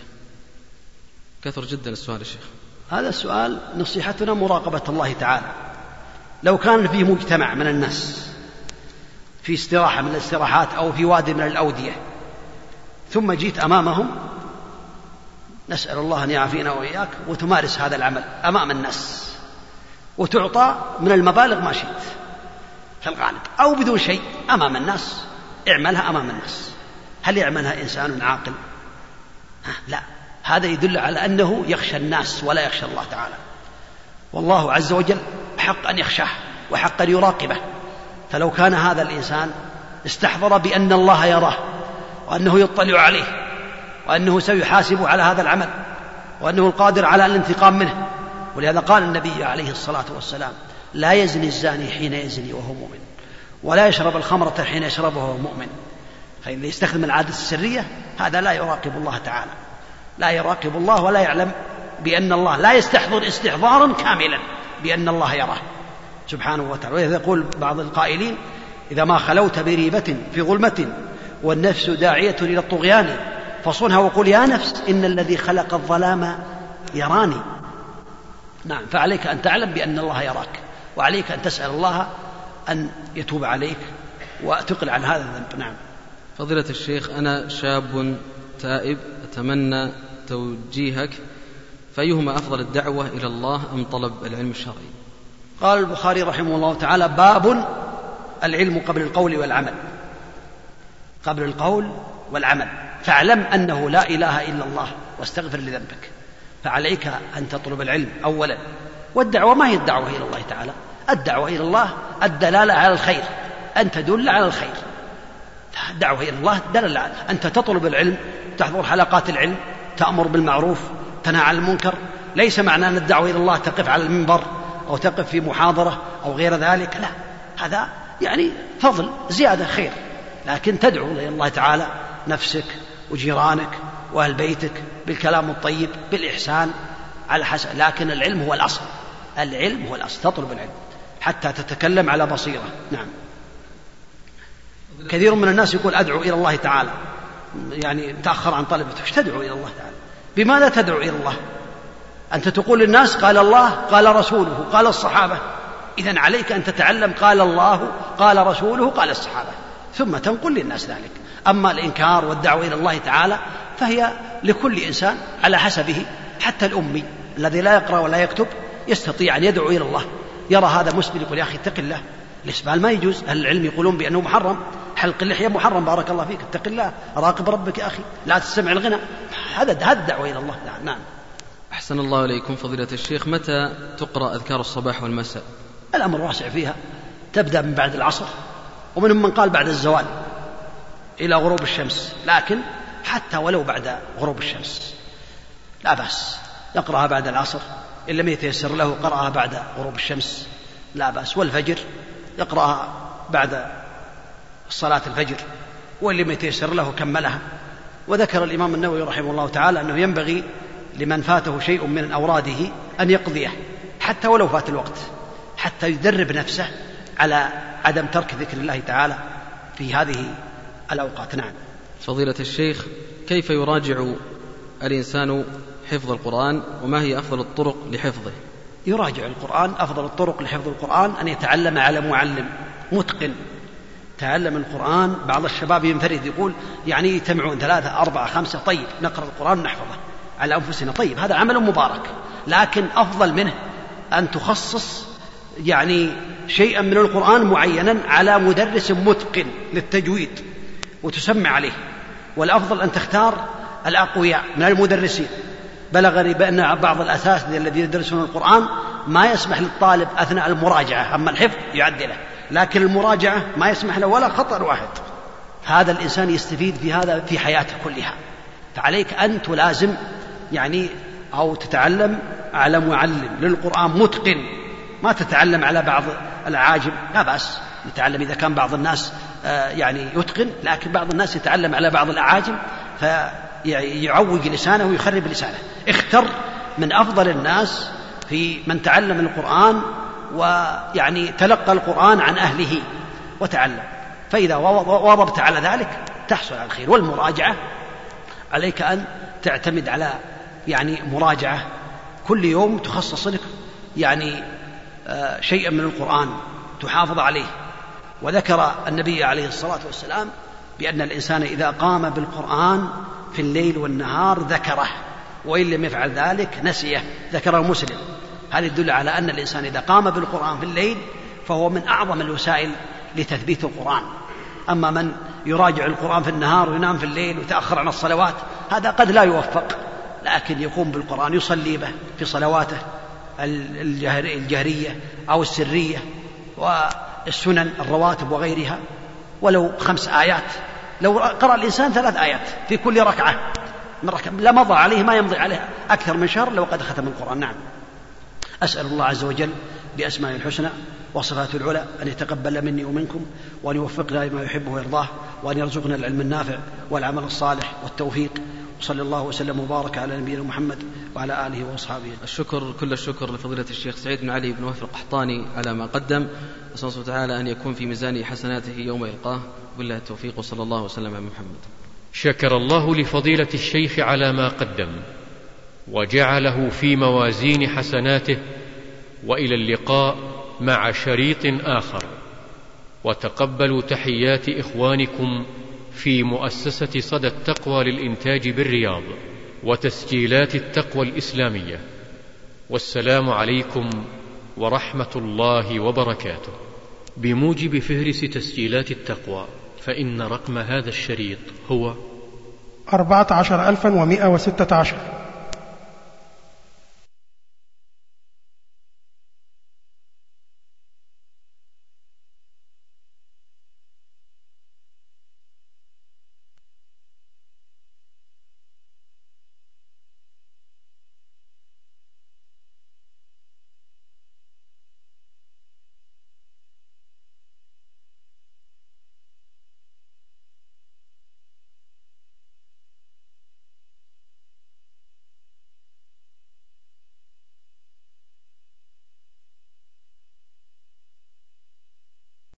كثر جدا السؤال الشيخ. هذا السؤال نصيحتنا مراقبة الله تعالى. لو كان في مجتمع من الناس في استراحة من الاستراحات أو في وادي من الأودية ثم جيت أمامهم، نسأل الله أن يعافينا وإياك، وتمارس هذا العمل أمام الناس وتعطى من المبالغ ما شئت في الغالب، أو بدون شيء أمام الناس، اعملها أمام الناس، هل يعملها إنسان عاقل؟ لا، هذا يدل على أنه يخشى الناس ولا يخشى الله تعالى، والله عز وجل حق أن يخشاه وحق أن يراقبه. فلو كان هذا الإنسان استحضر بأن الله يراه وأنه يطلع عليه وأنه سيحاسب على هذا العمل وأنه القادر على الانتقام منه، ولهذا قال النبي عليه الصلاة والسلام: لا يزني الزاني حين يزني وهو مؤمن، ولا يشرب الخمرة حين يشربه وهو مؤمن. فإذا يستخدم العادة السرية هذا لا يراقب الله تعالى، لا يراقب الله ولا يعلم بأن الله، لا يستحضر استحضارا كاملا بأن الله يراه سبحانه وتعالى. وإذا يقول بعض القائلين: إذا ما خلوت بريبة في ظلمة والنفس داعية إلى الطغيان فصنها وقل يا نفس إن الذي خلق الظلام يراني. نعم، فعليك أن تعلم بأن الله يراك، وعليك أن تسأل الله أن يتوب عليك وتقل عن هذا الذنب. نعم. فضيلة الشيخ، أنا شاب تائب أتمنى توجيهك، فأيهما أفضل، الدعوة إلى الله أم طلب العلم الشرعي؟ قال البخاري رحمه الله تعالى: باب العلم قبل القول والعمل. قبل القول والعمل، فاعلم أنه لا إله إلا الله واستغفر لذنبك. فعليك أن تطلب العلم أولا. والدعوة ما هي الدعوة إلى الله تعالى؟ الدعوة إلى الله الدلالة على الخير، أن تدل على الخير. الدعوة إلى الله دلالة، أنت تطلب العلم، تحضر حلقات العلم، تأمر بالمعروف، تنهى عن المنكر. ليس معنى أن الدعوة إلى الله تقف على المنبر أو تقف في محاضرة أو غير ذلك، لا، هذا يعني فضل زيادة خير، لكن تدعو إلى الله تعالى نفسك وجيرانك وأهل بيتك بالكلام الطيب بالإحسان على حسب. لكن العلم هو الأصل، العلم هو الأصل، تطلب العلم حتى تتكلم على بصيرة. نعم. كثير من الناس يقول أدعو إلى الله تعالى، يعني تأخر عن طلبته. ايش تدعو إلى الله تعالى؟ بماذا تدعو إلى الله؟ أنت تقول للناس قال الله قال رسوله قال الصحابة، إذن عليك أن تتعلم قال الله قال رسوله قال الصحابة ثم تنقل للناس ذلك. أما الإنكار والدعوة إلى الله تعالى فهي لكل إنسان على حسبه. حتى الأمي الذي لا يقرأ ولا يكتب يستطيع أن يدعو إلى الله. يرى هذا مسبل يقول: يا أخي اتق الله، الإسبال ما يجوز. أهل العلم يقولون بأنه محرم، حلق اللحية محرم، بارك الله فيك، اتق الله، راقب ربك يا أخي، لا تستمع الغنى. هذا الدعوة إلى الله. نعم. أحسن الله إليكم. فضيلة الشيخ، متى تقرأ أذكار الصباح والمساء؟ الأمر واسع فيها، تبدأ من بعد العصر، ومنهم من قال بعد الزوال إلى غروب الشمس، لكن حتى ولو بعد غروب الشمس لا بأس، يقرأها بعد العصر، إن لم يتيسر له قرأها بعد غروب الشمس لا بأس. والفجر يقرأها بعد صلاة الفجر، وإن لم يتيسر له كملها. وذكر الإمام النووي رحمه الله تعالى أنه ينبغي لمن فاته شيء من أوراده أن يقضيه حتى ولو فات الوقت، حتى يدرب نفسه على عدم ترك ذكر الله تعالى في هذه الأوقات. نعم. فضيلة الشيخ، كيف يراجع الإنسان حفظ القرآن، وما هي أفضل الطرق لحفظه؟ يراجع القرآن. أفضل الطرق لحفظ القرآن أن يتعلم على معلم متقن. تعلم القرآن، بعض الشباب ينفرد يقول يعني يجتمعون 3 4 5، طيب نقرأ القرآن ونحفظه على أنفسنا، طيب هذا عمل مبارك، لكن أفضل منه أن تخصص يعني شيئا من القرآن معينا على مدرس متقن للتجويد وتسمع عليه. والأفضل أن تختار الأقوياء من المدرسين. بلغني بأن بعض الأساتذة الذين يدرسون القرآن ما يسمح للطالب أثناء المراجعة، أما الحفظ يعدله، لكن المراجعة ما يسمح له ولا خطأ واحد. هذا الإنسان يستفيد في هذا في حياته كلها. فعليك أن تلازم يعني أو تتعلم على معلم للقرآن متقن، ما تتعلم على بعض العاجم، لا بأس يتعلم إذا كان بعض الناس يعني يتقن، لكن بعض الناس يتعلم على بعض الأعاجم فيعوج لسانه ويخرب لسانه. اختر من أفضل الناس في من تعلم القرآن ويعني تلقى القرآن عن أهله وتعلم. فإذا واظبت على ذلك تحصل على الخير. والمراجعة عليك أن تعتمد على مراجعة كل يوم تخصص لك شيئا من القرآن تحافظ عليه. وذكر النبي عليه الصلاة والسلام بأن الإنسان إذا قام بالقرآن في الليل والنهار ذكره، وإن لم يفعل ذلك نسيه، ذكره مسلم. هذا يدل على أن الإنسان إذا قام بالقرآن في الليل فهو من أعظم الوسائل لتثبيت القرآن. أما من يراجع القرآن في النهار وينام في الليل ويتأخر عن الصلوات هذا قد لا يوفق، لكن يقوم بالقرآن يصلي به في صلواته الجهرية أو السرية والسنن الرواتب وغيرها، ولو 5 آيات. لو قرأ الإنسان 3 آيات في كل ركعة لمضى عليه ما يمضي عليه أكثر من شهر لو قد ختم القرآن. نعم. أسأل الله عز وجل بأسمائه الحسنى وصفاته العلى أن يتقبل مني ومنكم، وأن يوفقنا لما يحبه ويرضاه، وأن يرزقنا العلم النافع والعمل الصالح والتوفيق. وصلى الله وسلم وبارك على نبينا محمد وعلى آله وأصحابه. الشكر كل الشكر لفضيلة الشيخ سعيد بن علي بن وهف القحطاني على ما قدم، أسأل الله تعالى أن يكون في ميزان حسناته يوم يلقاه. بالله التوفيق، وصلى الله وسلم على محمد. شكر الله لفضيلة الشيخ على ما قدم وجعله في موازين حسناته، وإلى اللقاء مع شريط آخر. وتقبلوا تحيات إخوانكم في مؤسسة صدى التقوى للإنتاج بالرياض وتسجيلات التقوى الإسلامية. والسلام عليكم ورحمة الله وبركاته. بموجب فهرس تسجيلات التقوى، فإن رقم هذا الشريط هو 14116.